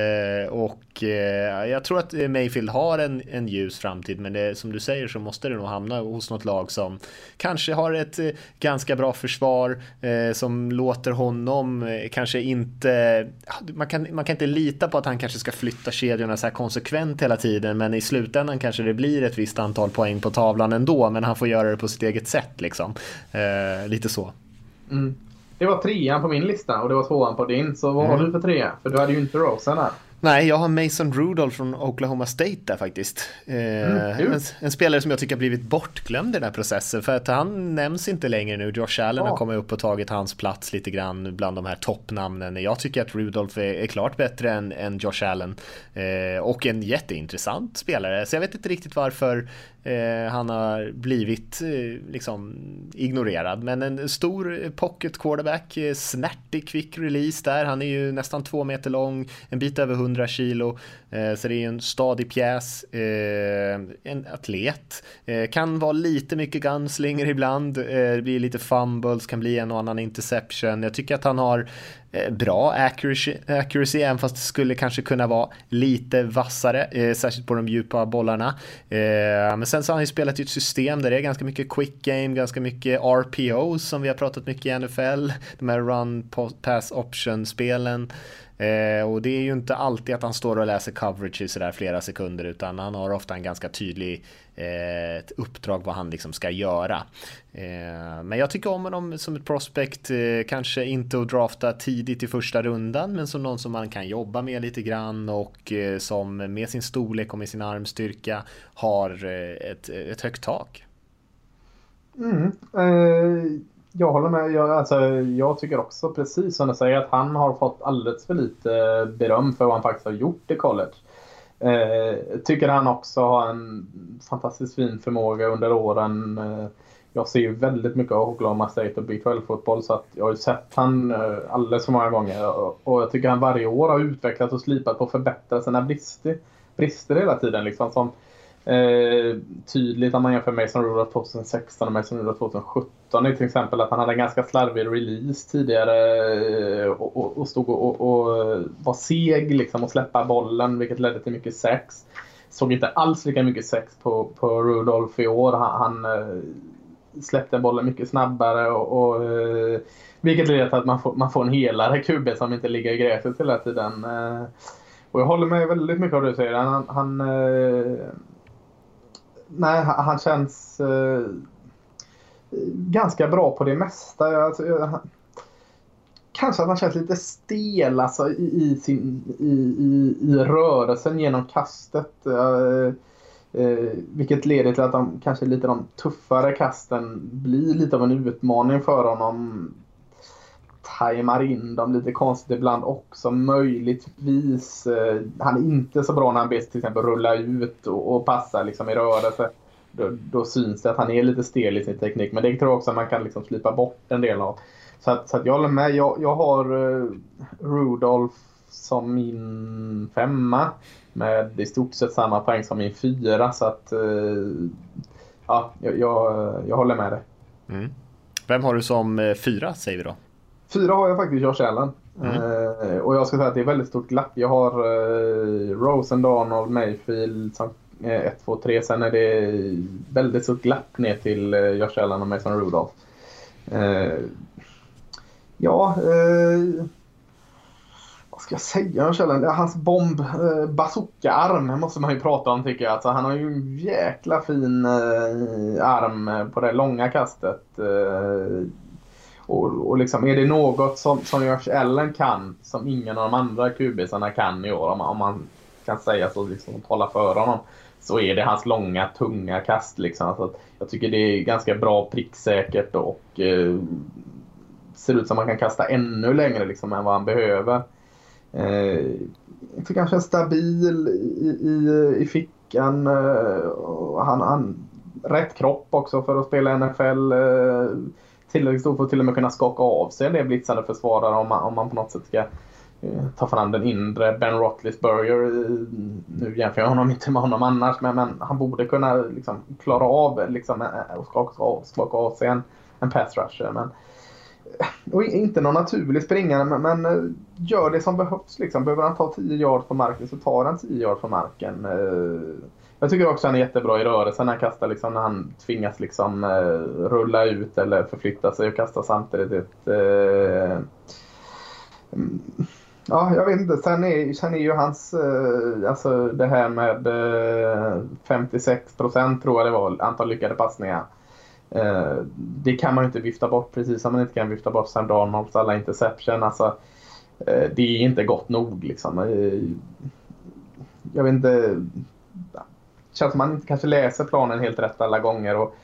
Jag tror att Mayfield har en ljus framtid, men det, som du säger, så måste det nog hamna hos något lag som kanske har ett ganska bra försvar, som låter honom kanske inte, man kan inte lita på att han kanske ska flytta kedjorna så här konsekvent hela tiden, men i slutändan kanske det blir ett visst antal poäng på tavlan ändå, men han får göra det på sitt eget sätt liksom. Lite så. Det var 3:an på min lista och det var 2:an på din, så vad har du för 3? För du hade ju inte Rosen här. Nej, jag har Mason Rudolph från Oklahoma State där faktiskt. En spelare som jag tycker har blivit bortglömd i den här processen, för att han nämns inte längre nu. Josh Allen har kommit upp och tagit hans plats lite grann bland de här toppnamnen. Jag tycker att Rudolph är klart bättre än Josh Allen, och en jätteintressant spelare. Så jag vet inte riktigt varför han har blivit liksom ignorerad, men en stor pocket quarterback, snärtig quick release där. Han är ju nästan 2 meter lång, en bit över 100 kilo, så det är ju en stadig pjäs, en atlet, kan vara lite mycket gunslinger ibland, det blir lite fumbles, kan bli en och annan interception. Jag tycker att han har bra accuracy, även fast det skulle kanske kunna vara lite vassare, särskilt på de djupa bollarna. Men sen så har han ju spelat i ett system där det är ganska mycket quick game, ganska mycket RPOs som vi har pratat mycket i NFL, de här run pass option spelen. Och det är ju inte alltid att han står och läser coverage i sådär flera sekunder, utan han har ofta en ganska tydlig ett uppdrag vad han liksom ska göra. Men jag tycker om honom som ett prospect, kanske inte att drafta tidigt i första rundan, men som någon som man kan jobba med lite grann, och som med sin storlek och med sin armstyrka har ett högt tak. Jag håller med. Jag tycker också precis som du säger att han har fått alldeles för lite beröm för vad han faktiskt har gjort i college. Tycker han också har en fantastiskt fin förmåga under åren. Jag ser ju väldigt mycket av Oklahoma State och Big 12-fotboll, så att jag har ju sett han alldeles för många gånger. Och jag tycker han varje år har utvecklat och slipat på att förbättra sina brister hela tiden. Liksom, som tydligt om man jämför Mason Rudolph 2016 och Mason Rudolph 2017 är till exempel att han hade en ganska slarvig release tidigare och stod och var seg liksom, och släppa bollen, vilket ledde till mycket sex. Såg inte alls lika mycket sex på Rudolph i år. Han släppte bollen mycket snabbare och vilket leder till att man får en helare QB som inte ligger i gräset hela tiden. Och jag håller med väldigt mycket av det du säger. Han känns ganska bra på det mesta. Kanske att han känns lite stel alltså, i rörelsen genom kastet. Vilket leder till att kanske lite de tuffare kasten blir lite av en utmaning för honom. Tajmar in dem lite konstigt ibland också, möjligtvis. Han är inte så bra när han ber till exempel rulla ut och passa liksom i rörelse. Då syns det att han är lite stel i sin teknik, men det tror jag också att man kan liksom slipa bort en del av. Så att jag håller med. Jag har Rudolph som min 5 med i stort sett samma poäng som min 4, så att jag håller med dig. Vem har du som 4, säger vi då? 4 har jag faktiskt Josh Allen. Och jag ska säga att det är väldigt stort glapp. Jag har Rosen, Darnold, Mayfield som 1, 2, 3. Sen är det väldigt stort glapp ner till Josh Allen och Mason Rudolph. Vad ska jag säga Josh Allen? Hans bazooka-arm måste man ju prata om, tycker jag. Alltså, han har ju en jäkla fin arm på det långa kastet. Och liksom, är det något som Josh Allen kan som ingen av de andra QB:arna kan i år, om man kan säga så, liksom, tala för honom, så är det hans långa, tunga kast liksom. Alltså, jag tycker det är ganska bra pricksäkert och ser ut som man kan kasta ännu längre liksom, än vad han behöver. För kanske stabil i fickan. Han rätt kropp också för att spela NFL. Tillräckligt stor för att till och med kunna skaka av sig det blitzande försvarare om man på något sätt ska ta fram den inre Ben Roethlisberger. Nu jämför jag honom inte med honom annars, men han borde kunna liksom klara av liksom, och skaka av sig en pass rusher. Men, och inte någon naturlig springare, men gör det som behövs. Liksom. Behöver han ta 10 yards på marken så tar han 10 yards på marken. Jag tycker också han är jättebra i rörelsen när han kastar, liksom, när han tvingas liksom, rulla ut eller förflytta sig och kasta samtidigt. Ja, jag vet inte. Sen är ju hans, alltså det här med 56% tror jag det var, antal lyckade passningar. Det kan man ju inte vifta bort, precis som man inte kan vifta bort Sam Darnolds alla interception. Alltså, det är inte gott nog liksom. Jag vet inte, det känns som man inte kanske läser planen helt rätt alla gånger och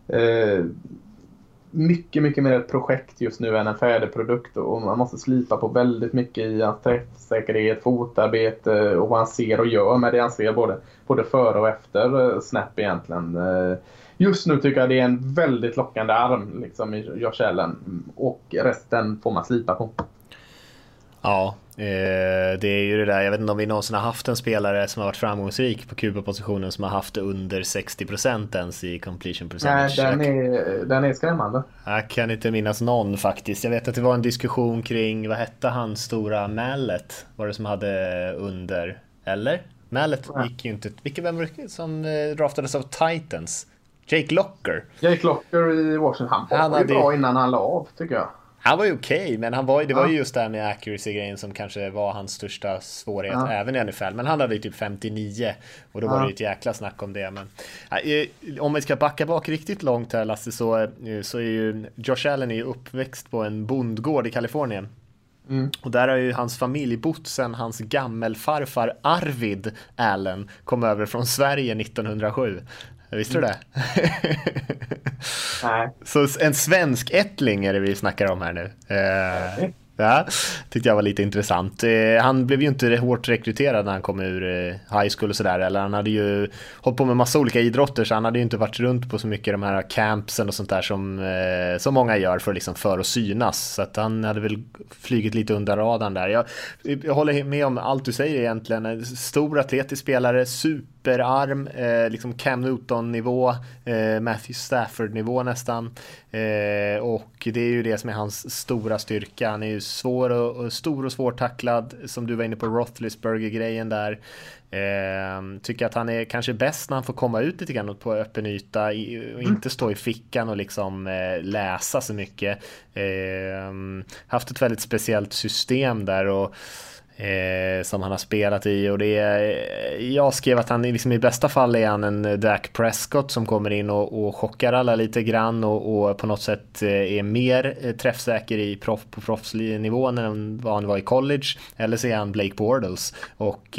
mycket, mycket mer ett projekt just nu än en färdig produkt, och man måste slipa på väldigt mycket i hans träffsäkerhet, fotarbete och vad han ser och gör med det han ser både före och efter snap egentligen. Just nu tycker jag det är en väldigt lockande arm liksom, i Josh Allen, och resten får man slipa på. Ja, det är ju det där. Jag vet inte om vi någonsin har haft en spelare som har varit framgångsrik på QB-positionen som har haft under 60% ens i completion percentage. Nej, den är skrämmande. Jag kan inte minnas någon faktiskt. Jag vet att det var en diskussion kring, vad hette han stora Mallet? Var det som hade under? Eller? Mallet gick ju inte. Vem var det som draftades av Titans? Jake Locker i Washington. Han var ju bra innan han la av, tycker jag. Han var ju okej, men det var ju just det här med accuracy-grejen som kanske var hans största svårighet även i NFL. Men han hade ju typ 59 och då var det ju ett jäkla snack om det. Men om vi ska backa bak riktigt långt här, Lasse, så är ju Josh Allen är ju uppväxt på en bondgård i Kalifornien. Och där har ju hans familj bott sedan hans gammelfarfar Arvid Allen kom över från Sverige 1907. Visste du det? Nej. Så en svensk ättling är det vi snackar om här nu. Ja, tyckte jag var lite intressant. Han blev ju inte hårt rekryterad när han kom ur high school och sådär. Eller han hade ju hållit på med massa olika idrotter, så han hade ju inte varit runt på så mycket de här campsen och sånt där som många gör för att synas. Så att han hade väl flygit lite under radarn där. Jag håller med om allt du säger egentligen. En stor atletisk spelare, superarm, liksom Cam Newton-nivå, Matthew Stafford-nivå nästan. Och det är ju det som är hans stora styrka. Han är ju stor och svårtacklad, som du var inne på, Roethlisberger-grejen där. Tycker att han är kanske bäst när han får komma ut lite grann på öppen yta och inte stå i fickan och liksom läsa så mycket. Haft ett väldigt speciellt system där och som han har spelat i, och jag skrev att han liksom, i bästa fall är han en Dak Prescott som kommer in och chockar alla lite grann och på något sätt är mer träffsäker på proffsnivån än vad han var i college, eller så är han Blake Bortles och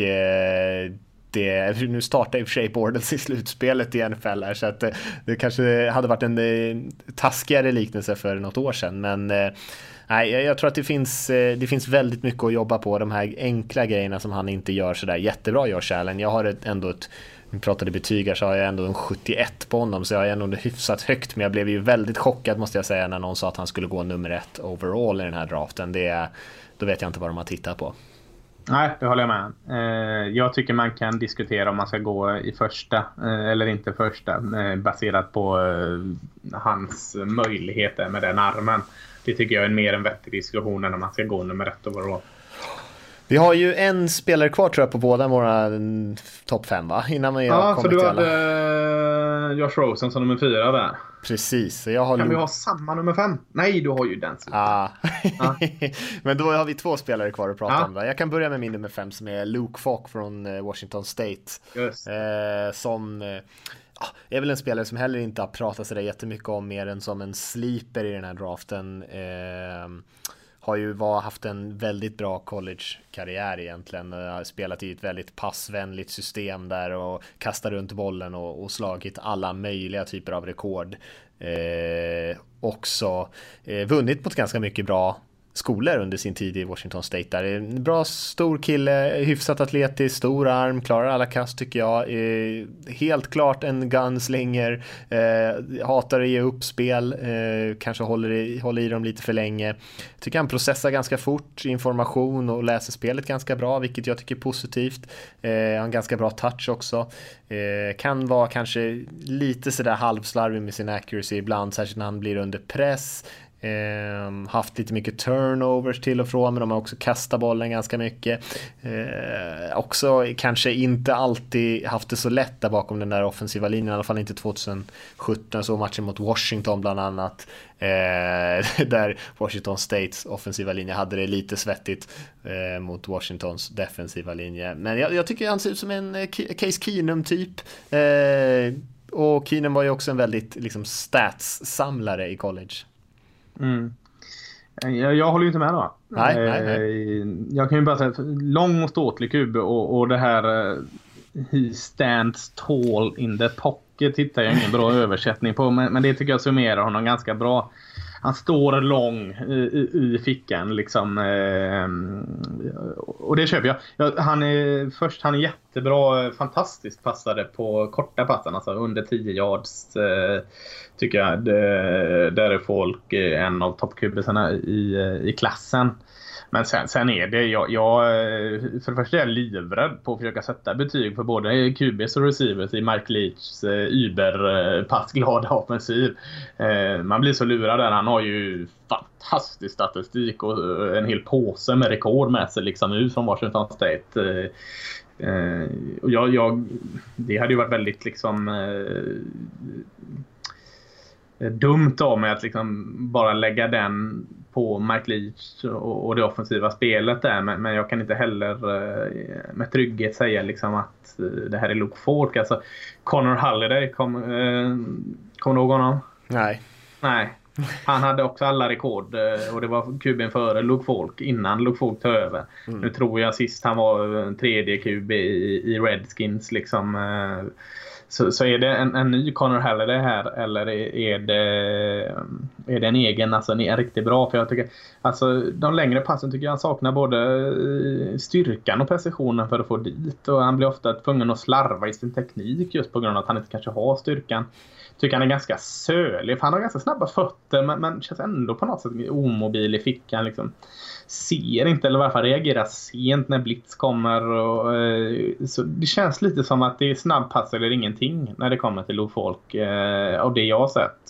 nu startar i och för sig Bortles i slutspelet i NFL här, så att det kanske hade varit en taskigare liknelse för något år sedan, men nej, jag tror att det finns väldigt mycket att jobba på, de här enkla grejerna som han inte gör så där jättebra, Josh Allen. Jag har vi pratade betygar, så har jag ändå en 71 på honom, så jag är ändå hyfsat högt, men jag blev ju väldigt chockad, måste jag säga, när någon sa att han skulle gå nummer 1 overall i den här draften. Då vet jag inte vad de har tittat på. Nej, det håller jag med. Jag tycker man kan diskutera om man ska gå i första eller inte första, baserat på hans möjligheter med den armen. Det tycker jag är mer en vettig diskussion än om man ska gå nummer 1 overall. Vi har ju en spelare kvar, tror jag, på båda våra topp 5, va? Innan man för du hade Josh Rosen som nummer 4 där. Precis. Kan vi ha samma nummer 5? Nej, du har ju den. Men då har vi 2 spelare kvar att prata om. Jag kan börja med min nummer 5 som är Luke Falk från Washington State. Just. Som är väl en spelare som heller inte har pratat så där jättemycket om, mer än som en sleeper i den här draften. Har ju haft en väldigt bra college-karriär egentligen. Har spelat i ett väldigt passvänligt system där och kastat runt bollen och slagit alla möjliga typer av rekord. Också vunnit mot ganska mycket bra skolor under sin tid i Washington State där. En bra stor kille, hyfsat atletisk, stor arm, klarar alla kast tycker jag. Helt klart en gunslinger, hatar att ge upp spel, kanske håller i dem lite för länge. Tycker han processar ganska fort information och läser spelet ganska bra, vilket jag tycker är positivt. Han har en ganska bra touch också. Kan vara kanske lite sådär halvslarvig med sin accuracy ibland, särskilt när han blir under press. Haft lite mycket turnovers till och från, men de har också kastat bollen ganska mycket. Också kanske inte alltid haft det så lätt där bakom den där offensiva linjen, i alla fall inte 2017, så matchen mot Washington bland annat, där Washington States offensiva linje hade det lite svettigt mot Washingtons defensiva linje. Men jag tycker han ser ut som en Case Keenum typ, och Keenum var ju också en väldigt liksom stats-samlare i college. Jag håller ju inte med då. Nej. Jag kan ju bara säga lång och ståtlig kub och det här he stands tall in the pocket hittar jag ingen bra översättning på, men det tycker jag summerar honom ganska bra. Han står lång i fickan liksom, och det köper jag. Han är jättebra, fantastiskt passade på korta passen, alltså under 10 yards tycker jag. Där är folk en av toppkubisarna i klassen. Men sen är det, jag för det första är jag livrädd på att försöka sätta betyg på både QBs och receivers i Mike Leachs passglada offensiv. Man blir så lurad där. Han har ju fantastisk statistik och en hel påse med rekord med sig liksom ut från Washington State. Och det hade ju varit väldigt liksom dumt av mig att liksom bara lägga den på Mike Leach och det offensiva spelet där, men jag kan inte heller med trygghet säga liksom att det här är Luke Falk. Alltså Connor Halliday kommer du ihåg honom? Nej. Han hade också alla rekord och det var kuben före Luke Falk, innan Luke Falk tog över. Nu tror jag sist han var tredje QB i Redskins liksom. Så är det en ny Connor Halliday här, eller är det en egen, alltså en riktigt bra? För jag tycker, alltså de längre passen tycker jag han saknar både styrkan och precisionen för att få dit, och han blir ofta tvungen att slarva i sin teknik just på grund av att han inte kanske har styrkan. Tycker han är ganska sölig, för han har ganska snabba fötter men känns ändå på något sätt omobil i fickan liksom. Ser inte, eller i alla fall reagerar sent när blitz kommer och, så det känns lite som att det är snabbpass eller ingenting när det kommer till Luke Falk av det jag har sett.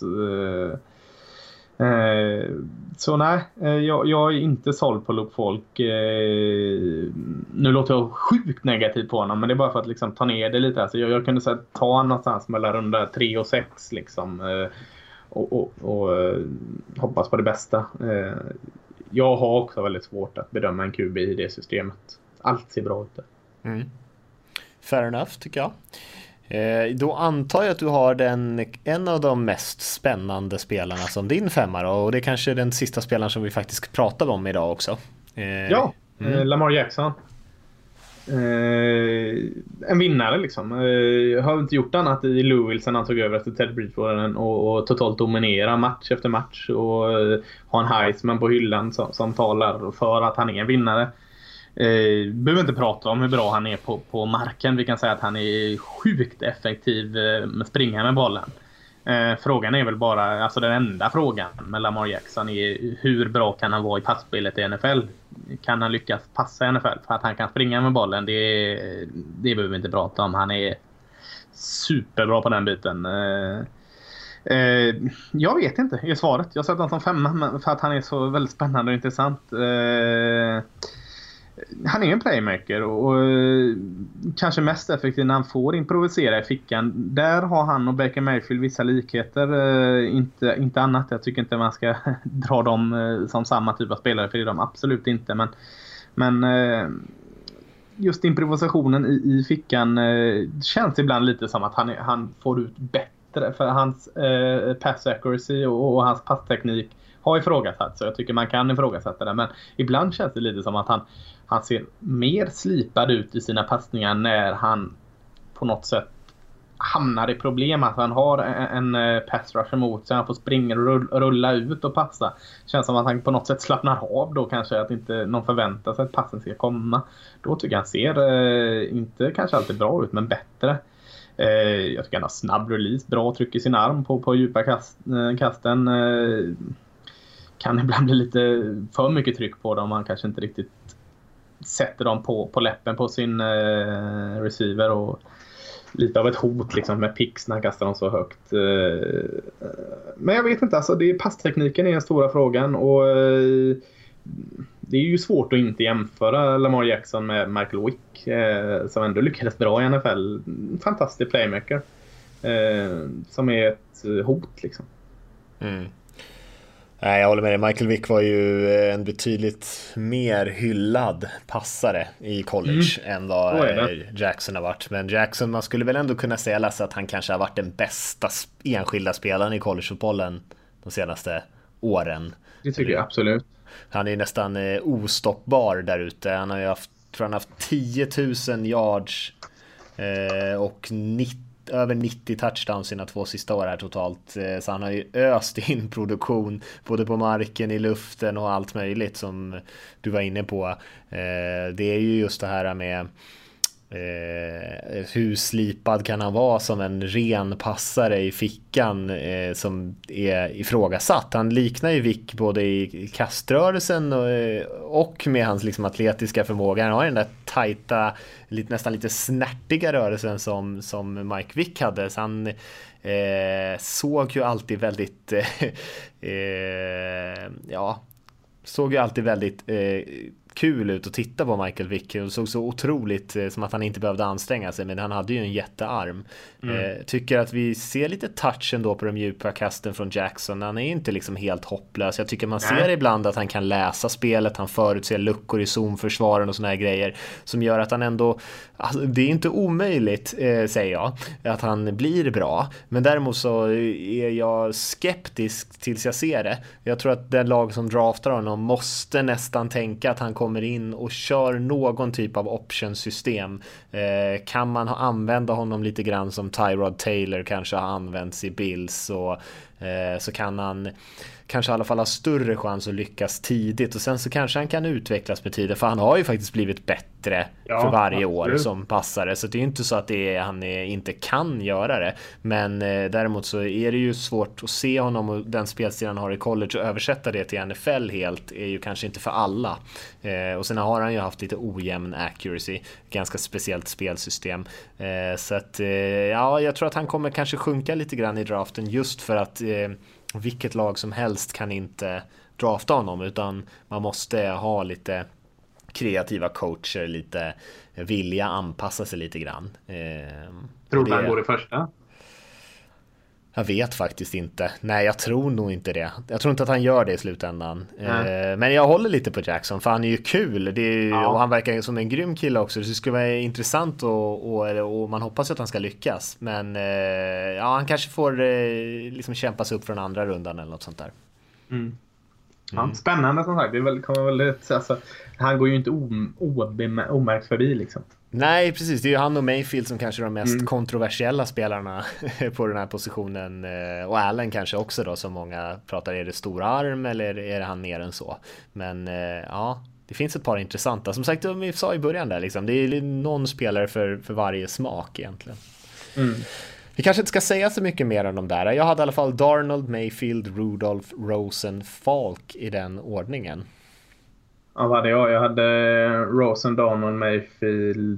Så nej, jag är inte såld på Luke Falk. Nu låter jag sjukt negativ på honom, men det är bara för att liksom ta ner det lite. Alltså jag kunde säga ta honom någonstans mellan runda 3 och 6 liksom, och hoppas på det bästa. Jag har också väldigt svårt att bedöma en QB i det systemet. Allt ser bra ut. Fair enough tycker jag. Då antar jag att du har en av de mest spännande spelarna som din femma, och det är kanske den sista spelaren som vi faktiskt pratade om idag också. Lamar Jackson. En vinnare liksom. Har inte gjort annat i Louisville sen han tog över efter Ted Bridgewater och totalt dominera match efter match och ha en Heisman på hyllan som talar för att han är en vinnare. Behöver inte prata om hur bra han är på marken. Vi kan säga att han är sjukt effektiv med springa med bollen. Frågan är väl bara, alltså den enda frågan med Lamar Jackson är hur bra kan han vara i passspelet i NFL? Kan han lyckas passa i NFL? För att han kan springa med bollen, det behöver vi inte prata om. Han är superbra på den biten. Jag vet inte, är svaret. Jag sätter honom som 5 för att han är så väldigt spännande och intressant. Han är en playmaker och kanske mest effektiv när han får improvisera i fickan. Där har han och Baker Mayfield vissa likheter, inte annat. Jag tycker inte man ska dra dem som samma typ av spelare, för det är de absolut inte. Men just improvisationen i fickan känns ibland lite som att han får ut bättre, för hans pass accuracy och hans passteknik har ifrågasatt, så jag tycker man kan ifrågasätta det. Men ibland känns det lite som att han ser mer slipad ut i sina passningar när han på något sätt hamnar i problem, att han har en pass rush emot sig, han får springa och rulla ut och passa. Känns som att han på något sätt slappnar av då kanske, att inte någon förväntar sig att passen ska komma. Då tycker jag han ser inte kanske alltid bra ut, men bättre. Jag tycker han har snabb release, bra tryck i sin arm på djupa kasten. Kan ibland bli lite för mycket tryck på dem, man kanske inte riktigt sätter dem på läppen på sin receiver, och lite av ett hot liksom med picks när han kastar dem så högt. Men jag vet inte, alltså passtekniken är den stora frågan, och det är ju svårt att inte jämföra Lamar Jackson med Michael Vick, som ändå lyckades bra i NFL. Fantastisk playmaker, som är ett hot liksom. Nej, jag håller med dig. Michael Vick var ju en betydligt mer hyllad passare i college än vad Jackson har varit. Men Jackson, man skulle väl ändå kunna säga, Lasse, att han kanske har varit den bästa enskilda spelaren i collegefotbollen de senaste åren. Det tycker jag absolut. Han är nästan ostoppbar där ute. Han har ju haft 10 000 yards och över 90 touchdowns sina 2 sista år här totalt. Så han har ju öst in produktion både på marken, i luften och allt möjligt som du var inne på. Det är ju just det här med hur slipad kan han vara som en ren passare i fickan, som är ifrågasatt. Han liknar ju Vick både i kaströrelsen och med hans liksom atletiska förmåga. Han har den där tajta, nästan lite snärtiga rörelsen som Mike Vick hade. Så han såg ju alltid väldigt såg ju alltid väldigt kul ut att titta på Michael Vick, och såg så otroligt som att han inte behövde anstränga sig, men han hade ju en jättearm. Tycker att vi ser lite touch ändå på de djupa kasten från Jackson. Han är inte liksom helt hopplös. Jag tycker man ser ibland att han kan läsa spelet, han förutser luckor i zonförsvaren och såna här grejer som gör att han ändå, alltså, det är inte omöjligt, säger jag, att han blir bra, men däremot så är jag skeptisk tills jag ser det. Jag tror att den lag som draftar honom måste nästan tänka att han kommer in och kör någon typ av optionsystem. Kan man använda honom lite grann som Tyrod Taylor kanske har använts i Bills, så kan han kanske i alla fall ha större chans att lyckas tidigt, och sen så kanske han kan utvecklas med tiden, för han har ju faktiskt blivit bättre för varje år som passare, så det är ju inte så att han inte kan göra det, men däremot så är det ju svårt att se honom och den spelstil han har i college och översätta det till NFL helt, är ju kanske inte för alla. Och sen har han ju haft lite ojämn accuracy, ganska speciellt spelsystem, så att jag tror att han kommer kanske sjunka lite grann i draften, just för att vilket lag som helst kan inte drafta honom, utan man måste ha lite kreativa coacher, lite vilja anpassa sig lite grann. Tror du han går i första? Jag vet faktiskt inte. Nej, jag tror nog inte det. Jag tror inte att han gör det i slutändan. Men jag håller lite på Jackson, för han är ju kul. Och han verkar som en grym kille också. Det skulle vara intressant och man hoppas att han ska lyckas. Men han kanske får liksom kämpa sig upp från andra rundan eller något sånt där. Ja, spännande som sagt. Det kommer väl alltså, han går ju inte omärkt förbi liksom. Nej, precis. Det är ju han och Mayfield som kanske är de mest kontroversiella spelarna på den här positionen. Och Allen kanske också då, som många pratar, är det stora arm eller är det han mer än så? Men det finns ett par intressanta. Som sagt, vi sa i början där liksom, det är någon spelare för varje smak egentligen. Vi kanske inte ska säga så mycket mer om de där. Jag hade i alla fall Darnold, Mayfield, Rudolph, Rosen, Falk i den ordningen. Ja, vad hade jag? Jag hade Rosen, Darnold, Mayfield,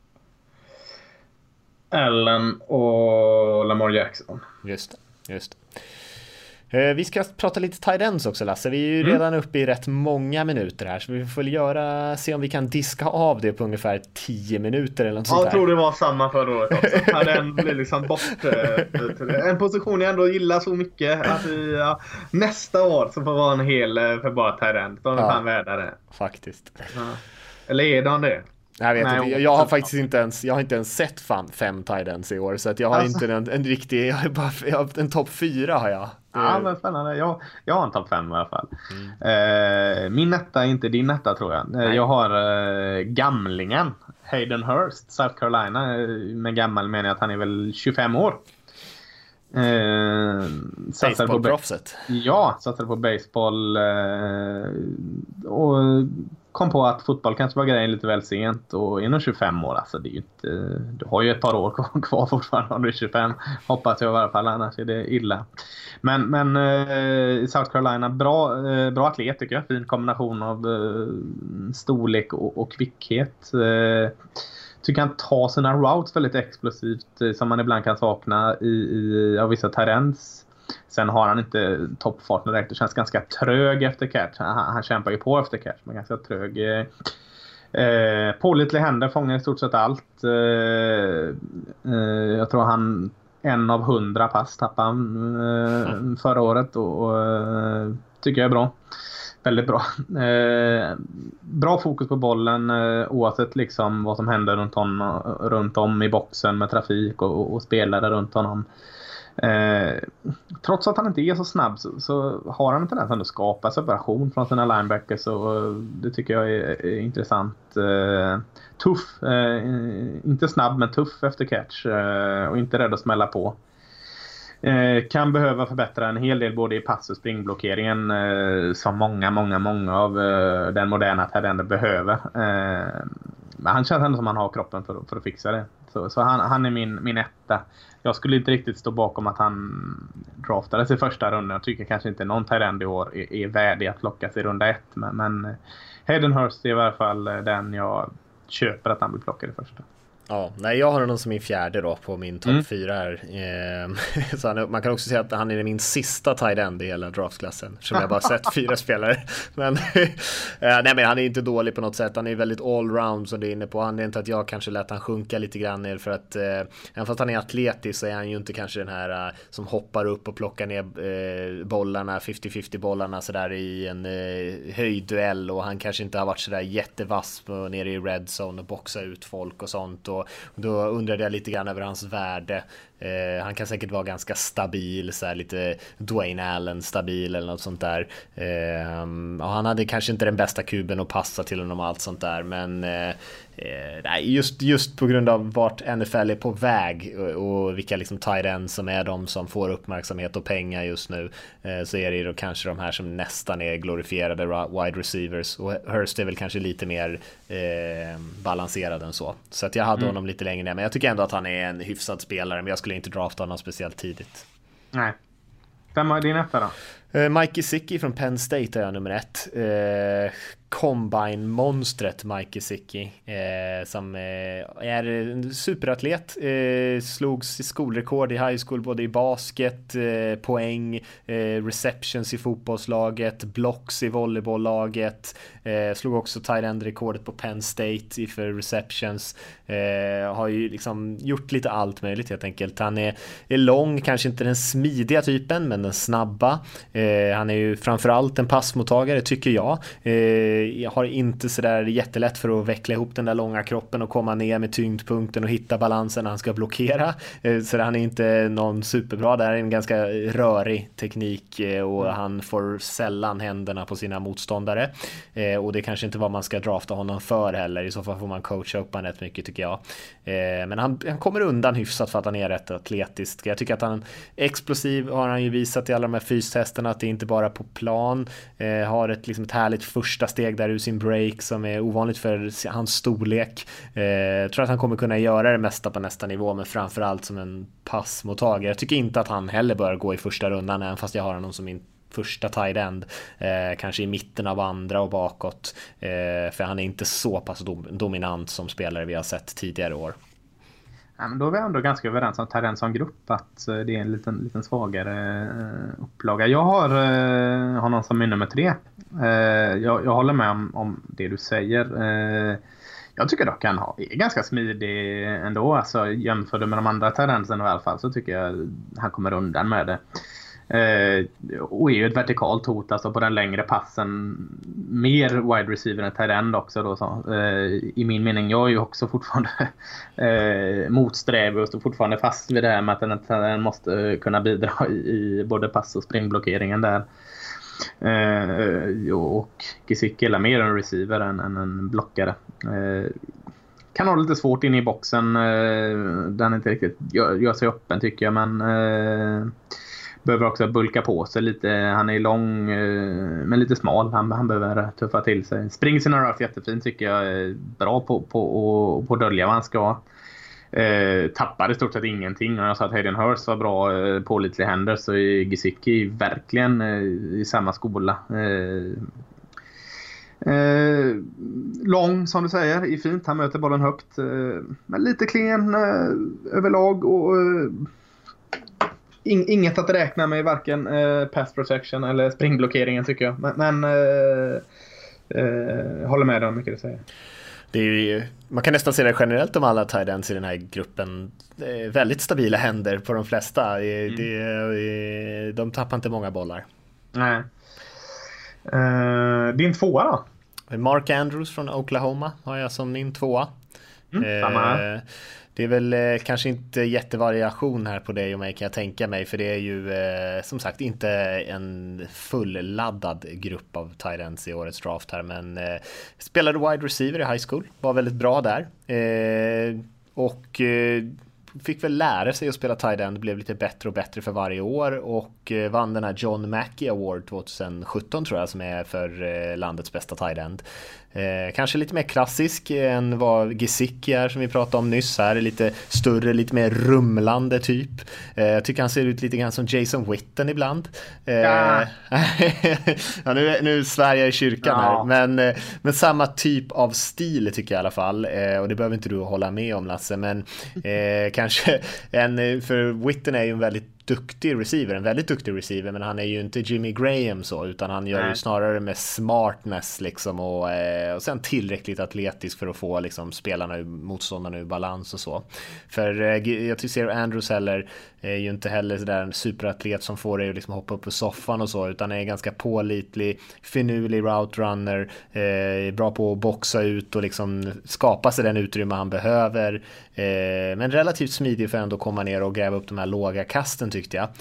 Allen och Lamar Jackson. Just det. Vi ska prata lite tight ends också, Lasse. Vi är ju redan uppe i rätt många minuter här, så vi får se om vi kan diska av det på ungefär 10 minuter eller något sånt där. Jag tror det var samma förra året också. Den blir liksom bort. En position jag ändå gillar så mycket att nästa år så får vara en hel för bara tight end. De är fan värda det. Faktiskt. Ja. Eller är de det? Jag vet inte. Jag har faktiskt inte ens sett 5 tight ends i år, så att jag har inte en riktig, jag har en topp 4 har jag. Ja, men spännande. Jag har en topp 5 i alla fall. Min etta är inte din etta, tror jag. Jag har gamlingen Hayden Hurst, South Carolina. Med gammal menar jag att han är väl 25 år. Baseballproffset. Ja, satsade på baseball och kom på att fotboll kanske var grejen lite väl sent, och inom 25 år, alltså det är ju inte, du har ju ett par år kvar fortfarande om du är 25, hoppas jag i alla fall, annars är det illa. Men South Carolina, bra atlet tycker jag, fin kombination av storlek och kvickhet. Tycker han tar sina routes väldigt explosivt, som man ibland kan sakna av vissa terrens. Sen har han inte toppfart direkt. Det känns ganska trög efter catch. Han kämpar ju på efter catch, men ganska trög. Pålitliga händer, fångar i stort sett allt. Jag tror han 1 av 100 pass tappade han förra året, och tycker jag är bra. Väldigt bra. Bra fokus på bollen, oavsett liksom vad som händer runt om i boxen med trafik och spelare runt honom. Trots att han inte är så snabb så har han en tendens att skapa separation från sina linebackers, och det tycker jag är intressant. Tuff, inte snabb men tuff efter catch, och inte rädd att smälla på. Kan behöva förbättra en hel del både i pass- och springblockeringen, som många av den moderna Tyrenden behöver. Men han känns ändå som han har kroppen för att fixa det. Så han är min etta. Jag skulle inte riktigt stå bakom att han draftades i första rundan. Jag tycker kanske inte någon Tyrend i år är värdig att lockas i runda 1. Men Hayden Hurst är i alla fall den jag köper att han blir plockad i första. Ja, nej, jag har honom som min fjärde då på min topp 4 här. Så man kan också säga att han är min sista tight end i hela draftklassen, som jag bara sett 4 spelare. Men nej, men han är inte dålig på något sätt. Han är väldigt allround som du är inne på. Han är inte att jag kanske lät han sjunka lite grann ner, för att även fast han är atletisk så är han ju inte kanske den här som hoppar upp och plockar ner bollarna, 50-50 bollarna sådär i en höjdduell, och han kanske inte har varit sådär jättevass nere i red zone och boxa ut folk och sånt. Och då undrade jag lite grann över hans värde. Han kan säkert vara ganska stabil, så här lite Dwayne Allen stabil eller något sånt där. Och han hade kanske inte den bästa kuben att passa till honom och allt sånt där, men nej, just på grund av vart NFL är på väg och vilka liksom tight ends som är de som får uppmärksamhet och pengar just nu, så är det då kanske de här som nästan är glorifierade wide receivers, och Hurst är väl kanske lite mer balanserad än så att jag hade honom lite längre ner, men jag tycker ändå att han är en hyfsad spelare, men jag skulle inte drafta honom speciellt tidigt. Nej. Vem var din etta då? Mike Gesicki från Penn State är jag nummer 1. Combine-monstret Mike Gesicki, som är en superatlet, slogs i skolrekord i high school både i basket, poäng, receptions i fotbollslaget, blocks i volleybolllaget, slog också tight end-rekordet på Penn State för receptions, har ju liksom gjort lite allt möjligt helt enkelt. Han är lång, kanske inte den smidiga typen, men den snabba. Han är ju framförallt en passmottagare tycker jag. Jag har inte sådär jättelätt för att veckla ihop den där långa kroppen och komma ner med tyngdpunkten och hitta balansen när han ska blockera. Så han är inte någon superbra. Det är en ganska rörig teknik, och han får sällan händerna på sina motståndare. Och det kanske inte var man ska drafta honom för heller. I så fall får man coacha upp han rätt mycket tycker jag. Men han kommer undan hyfsat för att han är rätt atletisk. Jag tycker att han är explosiv, har han ju visat i alla de här fystesterna, att det inte bara på plan. Har ett härligt första steg där ur sin break som är ovanligt för hans storlek. Tror att han kommer kunna göra det mesta på nästa nivå, men framförallt som en passmottagare. Jag tycker inte att han heller bör gå i första rundan, även fast jag har honom som min första tight end, kanske i mitten av andra och bakåt, för han är inte så pass dominant som spelare vi har sett tidigare år. Ja, men då är vi ändå ganska överens om tight end som grupp, att det är en liten svagare upplaga. Jag har honom som min nummer 3. Jag håller med om det du säger. Jag tycker dock han är ganska smidig ändå, alltså jämfört med de andra tight endsen i alla fall, så tycker jag han kommer undan med det. Och är ju ett vertikalt hot, alltså på den längre passen, mer wide receiver än tight end också då, så. I min mening, jag är ju också fortfarande motsträvig och står fortfarande fast vid det här med att den måste kunna bidra i både pass- och springblockeringen där. Och Gesicki är mer en receiver än en blockare. kan ha lite svårt in i boxen. Den inte riktigt gör sig öppen tycker jag, men behöver också bulka på sig lite. Han är lång men lite smal. Han behöver tuffa till sig. Springer sina routes jättefint tycker jag. Bra på att dölja vad han ska. Tappar i stort sett ingenting. Och jag sa att Hayden Hurst var bra pålitlig händer, så är Gesicki verkligen i samma skola. Lång som du säger, är fint. Han möter bollen högt, men lite klen överlag och inget att räkna med, varken pass protection eller springblockeringen tycker jag. Men håller med om mycket du säger. Det är ju, man kan nästan se det generellt om alla tight ends i den här gruppen. Det är väldigt stabila händer på de flesta. De tappar inte många bollar. Nej. Din tvåa då? Mark Andrews från Oklahoma har jag som min tvåa. Det är väl kanske inte jättevariation här på det och mig, kan jag tänka mig, för det är ju som sagt inte en fulladdad grupp av tight ends i årets draft här, men spelade wide receiver i high school, var väldigt bra där och fick väl lära sig att spela tight end, blev lite bättre och bättre för varje år och vann den här John Mackey Award 2017 tror jag, som är för landets bästa tight end. Kanske lite mer klassisk än vad Gesicki är, som vi pratade om nyss här, lite större, lite mer rumlande typ. Jag tycker han ser ut lite grann som Jason Witten ibland. Ja, nu svär jag i kyrkan här, men samma typ av stil tycker jag i alla fall, och det behöver inte du hålla med om, Lasse, men kanske för Witten är ju en väldigt duktig receiver, men han är ju inte Jimmy Graham så, utan han gör ju snarare med smartness liksom, och sen tillräckligt atletisk för att få liksom motståndarna ur balans och så. För jag tycker Andrews heller är ju inte heller så där en superatlet som får dig att liksom hoppa upp på soffan och så, utan är ganska pålitlig, finurlig route runner, bra på att boxa ut och liksom skapa sig den utrymme han behöver, men relativt smidig för att ändå komma ner och gräva upp de här låga kasten tyckte jag.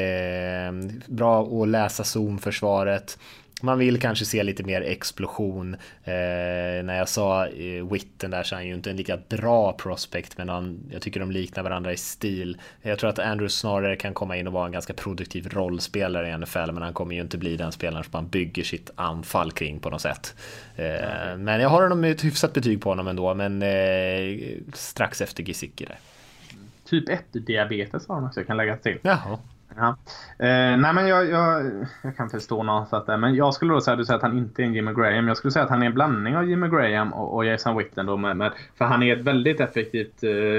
Bra att läsa zonförsvaret. Man vill kanske se lite mer explosion. När jag sa Witten där, så är han ju inte en lika bra prospect, men jag tycker de liknar varandra i stil. Jag tror att Andrews snarare kan komma in och vara en ganska produktiv rollspelare i NFL, men han kommer ju inte bli den spelaren som man bygger sitt anfall kring på något sätt. Men jag har honom med ett hyfsat betyg på honom ändå, men strax efter Gesicki där. Typ 1-diabetes har han också, jag kan lägga till. Jaha. Ja. Nej, men jag kan förstå någonstans där, men jag skulle då säga, du säger att han inte är en Jimmy Graham. Jag skulle säga att han är en blandning av Jimmy Graham och Jason Witten då, för han är ett väldigt effektivt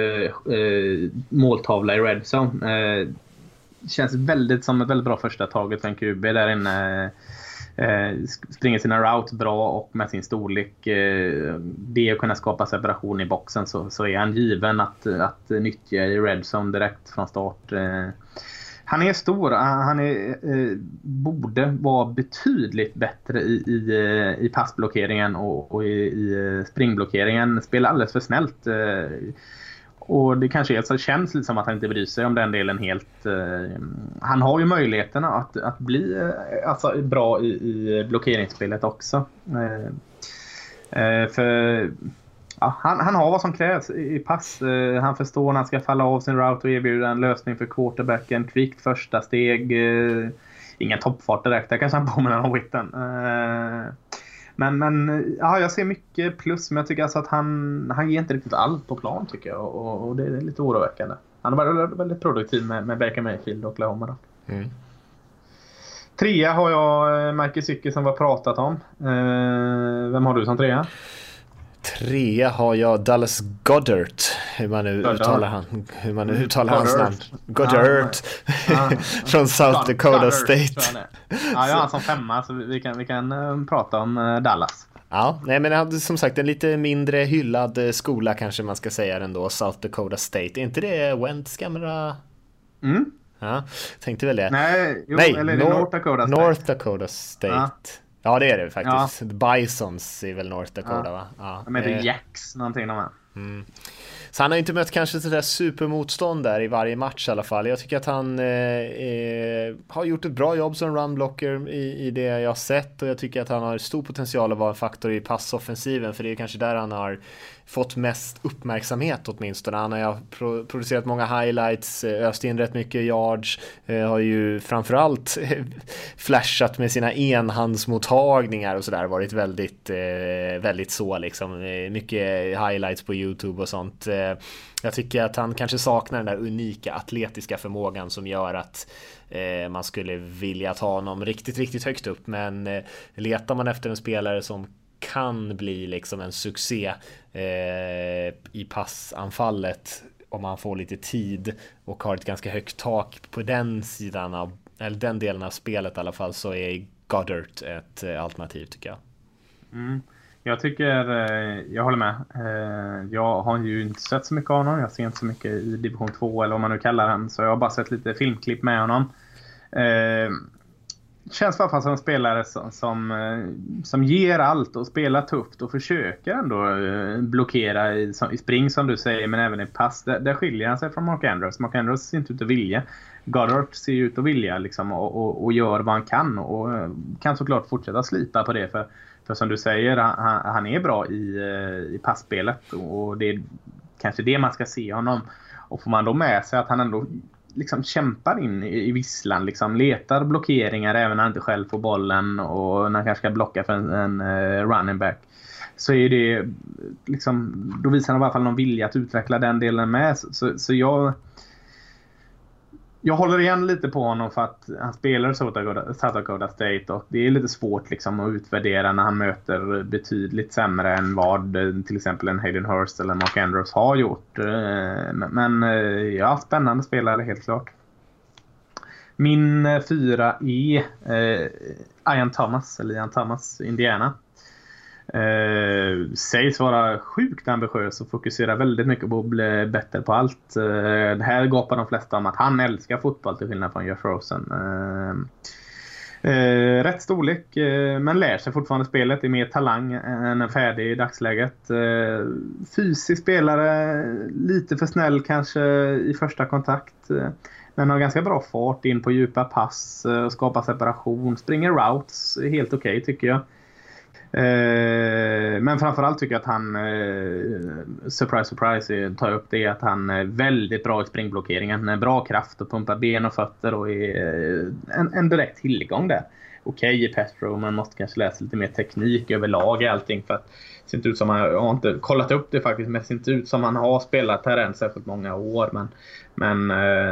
måltavla i red zone. Känns som ett väldigt bra första taget för en QB där inne. Springer sina routes bra, och med sin storlek, det att kunna skapa separation i boxen, så är han given att nyttja i red zone direkt från start. Han är stor, han borde vara betydligt bättre i passblockeringen och i springblockeringen. Spelar alldeles för snällt. Och det kanske så känns lite som att han inte bryr sig om den delen helt. Han har ju möjligheterna att bli bra i blockeringsspelet också. För han har vad som krävs i pass. Han förstår när han ska falla av sin route och erbjuda en lösning för quarterbacken. Kvickt första steg. Ingen toppfart direkt. Där kanske han påminner om Witten. Men jag ser mycket plus. Men jag tycker alltså att han ger inte riktigt allt på plan, tycker jag. Och det är lite oroväckande. Han har varit väldigt produktiv med Baker Mayfield och Oklahoma då. Trea har jag Mike Gesicki som vi har pratat om. Vem har du som trea? Trea har jag Dallas Goedert, hur man nu uttalar hans namn. Goedert från South Dakota State. Ja, jag har som femma, så vi kan prata om Dallas. Ja, nej, men hade som sagt en lite mindre hyllad skola, kanske man ska säga ändå, South Dakota State. Är inte det Wentz gamla? Ja, tänkte väl det. Nej, eller North Dakota State. North Dakota State. Ja, det är det faktiskt. Bisons är väl North Dakota, va? Ja. Men det är Jacks någonting av Så han har inte mött kanske sådär supermotstånd där i varje match i alla fall. Jag tycker att han har gjort ett bra jobb som runblocker i det jag har sett, och jag tycker att han har stor potential att vara en faktor i passoffensiven, för det är kanske där han har fått mest uppmärksamhet åtminstone. Han har producerat många highlights, öst in rätt mycket yards, har ju framförallt flashat med sina enhandsmottagningar och sådär, varit väldigt så liksom, mycket highlights på YouTube och sånt. Jag tycker att han kanske saknar den där unika atletiska förmågan som gör att man skulle vilja ta honom riktigt högt upp, men letar man efter en spelare som kan bli liksom en succé i passanfallet om man får lite tid och har ett ganska högt tak på den sidan av, eller den delen av spelet i alla fall, så är Goddard ett alternativ tycker jag. Jag tycker, jag håller med. Jag har ju inte sett så mycket av honom. Jag ser inte så mycket i division 2 eller vad man nu kallar den. Så jag har bara sett lite filmklipp med honom. Känns i alla fall som en spelare som ger allt och spelar tufft och försöker ändå blockera i spring som du säger, men även i pass. Där skiljer han sig från Mark Andrews. Mark Andrews ser inte ut att vilja. Goddard ser ut att vilja liksom, och gör vad han kan och kan såklart fortsätta slipa på det, för som du säger, han är bra i passspelet och det är kanske det man ska se honom. Och får man då med sig att han ändå liksom kämpar in i visslan, liksom letar blockeringar även när han inte själv får bollen och när han kanske ska blocka för en running back, så är det liksom, då visar han i alla fall någon vilja att utveckla den delen med. Så jag håller igen lite på honom för att han spelar South Dakota State och det är lite svårt liksom att utvärdera när han möter betydligt sämre än vad till exempel en Hayden Hurst eller Mark Andrews har gjort. Men ja, spännande spelare helt klart. Min 4 är Ian Thomas, Indiana. Sägs vara sjukt ambitiös och fokuserar väldigt mycket på att bli bättre på allt. Det här gapar de flesta om att han älskar fotboll till skillnad från Jeff Rosen. Rätt storlek, men lär sig fortfarande spelet. Det är mer talang än en färdig i dagsläget. Fysisk spelare, lite för snäll kanske i första kontakt, men har ganska bra fart in på djupa pass och skapar separation, springer routes, helt okej tycker jag. Men framförallt tycker jag att han surprise tar upp det, att han är väldigt bra i springblockeringen, bra kraft och pumpar ben och fötter och är en direkt tillgång där. Okej i Petro, man måste kanske läsa lite mer teknik överlag i allting, för att det ser inte ut som jag har inte kollat upp det faktiskt, men det ser inte ut som han har spelat här än särskilt många år, men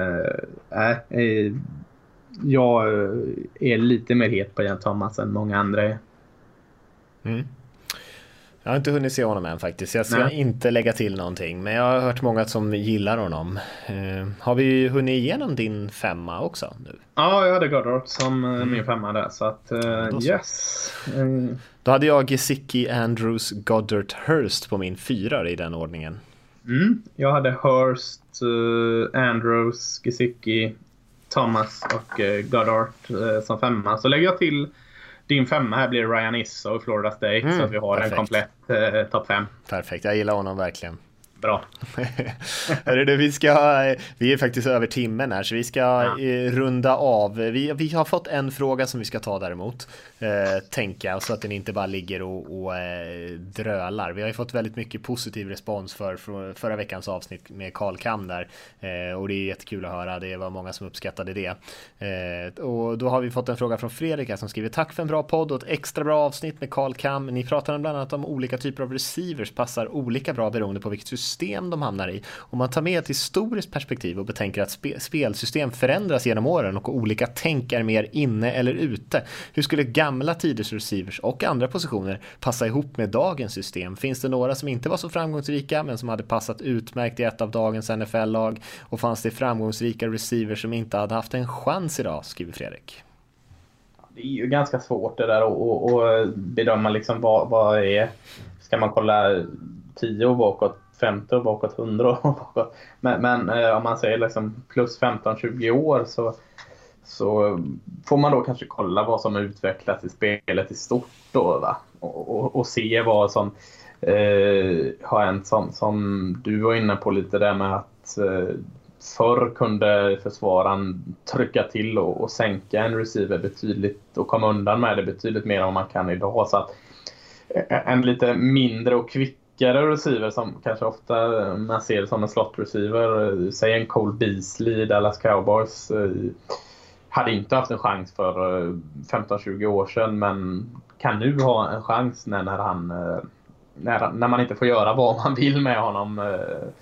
jag är lite mer het på Ian Thomas än många andra är. Jag har inte hunnit se honom än faktiskt. Jag ska inte lägga till någonting, men jag har hört många som gillar honom. Har vi hunnit igenom din 5 också nu? Ja, jag hade Goddard som min 5 där, så att yes. Då hade jag Gesicki, Andrews, Goddard, Hurst på min 4 i den ordningen. Jag hade Hurst, Andrews, Gesicki, Thomas och Goddard som 5. Så lägger jag till din 5 här blir Ryan Issa och Florida State, så att vi har en komplett topp 5. Perfekt, jag gillar honom verkligen. Bra. Vi är faktiskt över timmen här, så vi ska runda av. Vi har fått en fråga som vi ska ta däremot, tänka, så att den inte bara ligger och drölar. Vi har ju fått väldigt mycket positiv respons för förra veckans avsnitt med Carl Kam där, och det är jättekul att höra. Det var många som uppskattade det. Och då har vi fått en fråga från Fredrik som skriver: tack för en bra podd och ett extra bra avsnitt med Carl Kam. Ni pratar bland annat om olika typer av receivers passar olika bra beroende på vilket system de hamnar i. Om man tar med ett historiskt perspektiv och betänker att spelsystem förändras genom åren och olika tänk är mer inne eller ute, hur skulle gamla tiders receivers och andra positioner passa ihop med dagens system? Finns det några som inte var så framgångsrika men som hade passat utmärkt i ett av dagens NFL-lag, och fanns det framgångsrika receivers som inte hade haft en chans idag, skriver Fredrik. Det är ju ganska svårt det där och bedöma liksom vad är, ska man kolla 10 år bakåt, 50 år bakåt, 100 år bakåt. Men om man säger liksom plus 15-20 år så får man då kanske kolla vad som utvecklats i spelet i stort då, va? Och se vad som har hänt, som du var inne på lite där med att förr kunde försvararen trycka till och sänka en receiver betydligt och komma undan med det betydligt mer än vad man kan idag. Så att en lite mindre och kvickare kvickare receiver som kanske ofta man ser som en slot receiver, säg en Cole Beasley, Dallas Cowboys, hade inte haft en chans för 15-20 år sedan, men kan nu ha en chans när man inte får göra vad man vill med honom.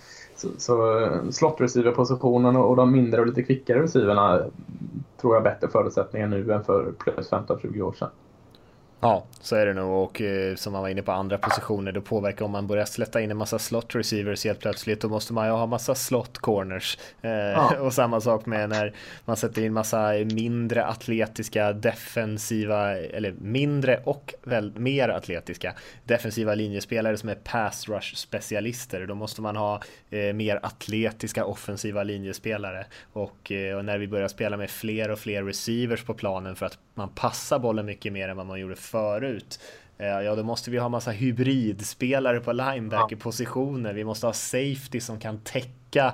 Så slot receiver positionen och de mindre och lite kvickare receiverna tror jag bättre förutsättningar nu än för plus 15-20 år sedan. Ja, så är det nog, och som man var inne på andra positioner, då påverkar om man börjar slätta in en massa slot receivers helt plötsligt, då måste man ju ha massa slot corners. Och samma sak med när man sätter in massa mindre atletiska defensiva, eller mindre och väl mer atletiska defensiva linjespelare som är pass rush specialister. Då måste man ha mer atletiska offensiva linjespelare, och när vi börjar spela med fler och fler receivers på planen för att man passar bollen mycket mer än vad man gjorde förut, ja, då måste vi ha massa hybridspelare på linebacker-positioner. Vi måste ha safety som kan täcka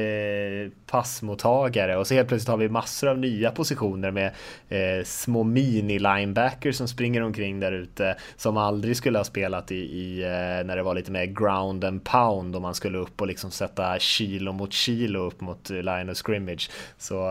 passmottagare, och så helt plötsligt har vi massor av nya positioner med små mini-linebackers som springer omkring där ute, som aldrig skulle ha spelat i när det var lite mer ground and pound, och man skulle upp och liksom sätta kilo mot kilo upp mot line of scrimmage. Så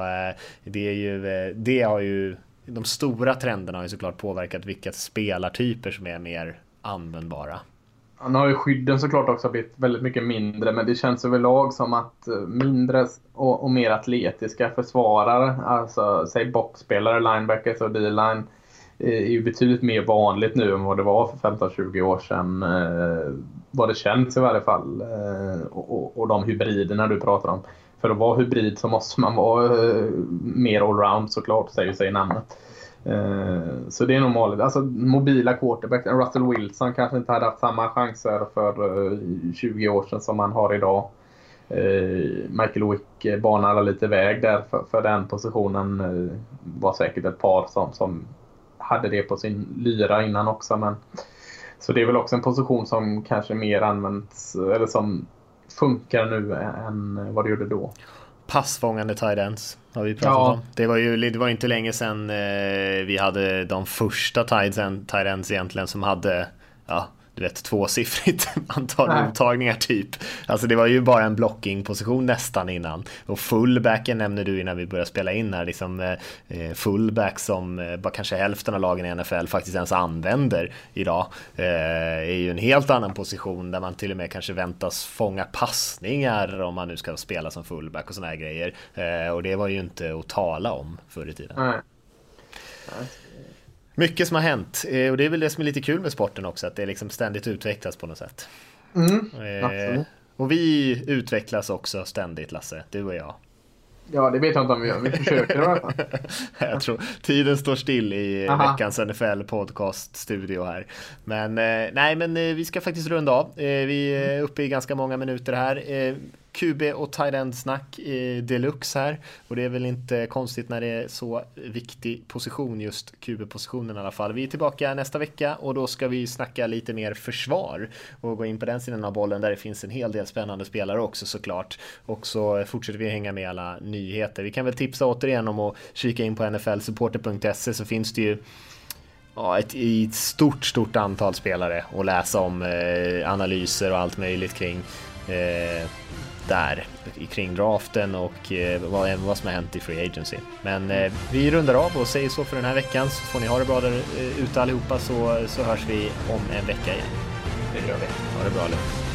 det har ju de stora trenderna har ju såklart påverkat vilka spelartyper som är mer användbara. Ja, nu har ju skydden såklart också blivit väldigt mycket mindre, men det känns överlag som att mindre och mer atletiska försvarare, alltså säg boxspelare, linebackers och D-line, är ju betydligt mer vanligt nu än vad det var för 15-20 år sedan, vad det känns i varje fall, och de hybriderna du pratar om. För att vara hybrid så måste man vara mer allround, såklart, säger sig namnet. Så det är nog vanligt. Alltså mobila quarterback, Russell Wilson kanske inte hade haft samma chanser för 20 år sedan som man har idag. Michael Wick banar lite väg där för den positionen. Var säkert ett par som hade det på sin lyra innan också. Men, så det är väl också en position som kanske mer används, eller som funkar nu än vad det gjorde då. Passfångande tight ends har vi pratat om. Det var inte länge sedan vi hade de första tight ends egentligen som hade, ja, du vet, tvåsiffrigt antal mottagningar typ. Alltså det var ju bara en blockingposition nästan innan. Och fullbacken nämner du innan vi började spela in här, liksom fullback som bara kanske hälften av lagen i NFL faktiskt ens använder idag, är ju en helt annan position där man till och med kanske väntas fånga passningar om man nu ska spela som fullback och såna här grejer. Och det var ju inte att tala om förr i tiden. Nej. Mycket som har hänt, och det är väl det som är lite kul med sporten också, att det liksom ständigt utvecklas på något sätt. Och vi utvecklas också ständigt, Lasse, du och jag. Ja, det vet jag inte om vi gör. Vi försöker i alla fall. Jag tror tiden står still i veckans NFL podcast studio här. Men men vi ska faktiskt runda av. Vi är uppe i ganska många minuter här. QB och tight end snack deluxe här, och det är väl inte konstigt när det är så viktig position, just QB-positionen i alla fall. Vi är tillbaka nästa vecka, och då ska vi snacka lite mer försvar och gå in på den sidan av bollen där det finns en hel del spännande spelare också såklart, och så fortsätter vi hänga med alla nyheter. Vi kan väl tipsa återigen om att kika in på nflsupporter.se, så finns det ju ett stort antal spelare att läsa om, analyser och allt möjligt kring där kring draften och vad som har hänt i free agency. Men vi rundar av och säger så för den här veckan, så får ni ha det bra där ute allihopa, så hörs vi om en vecka igen. Det gör vi. Ha det bra allihopa.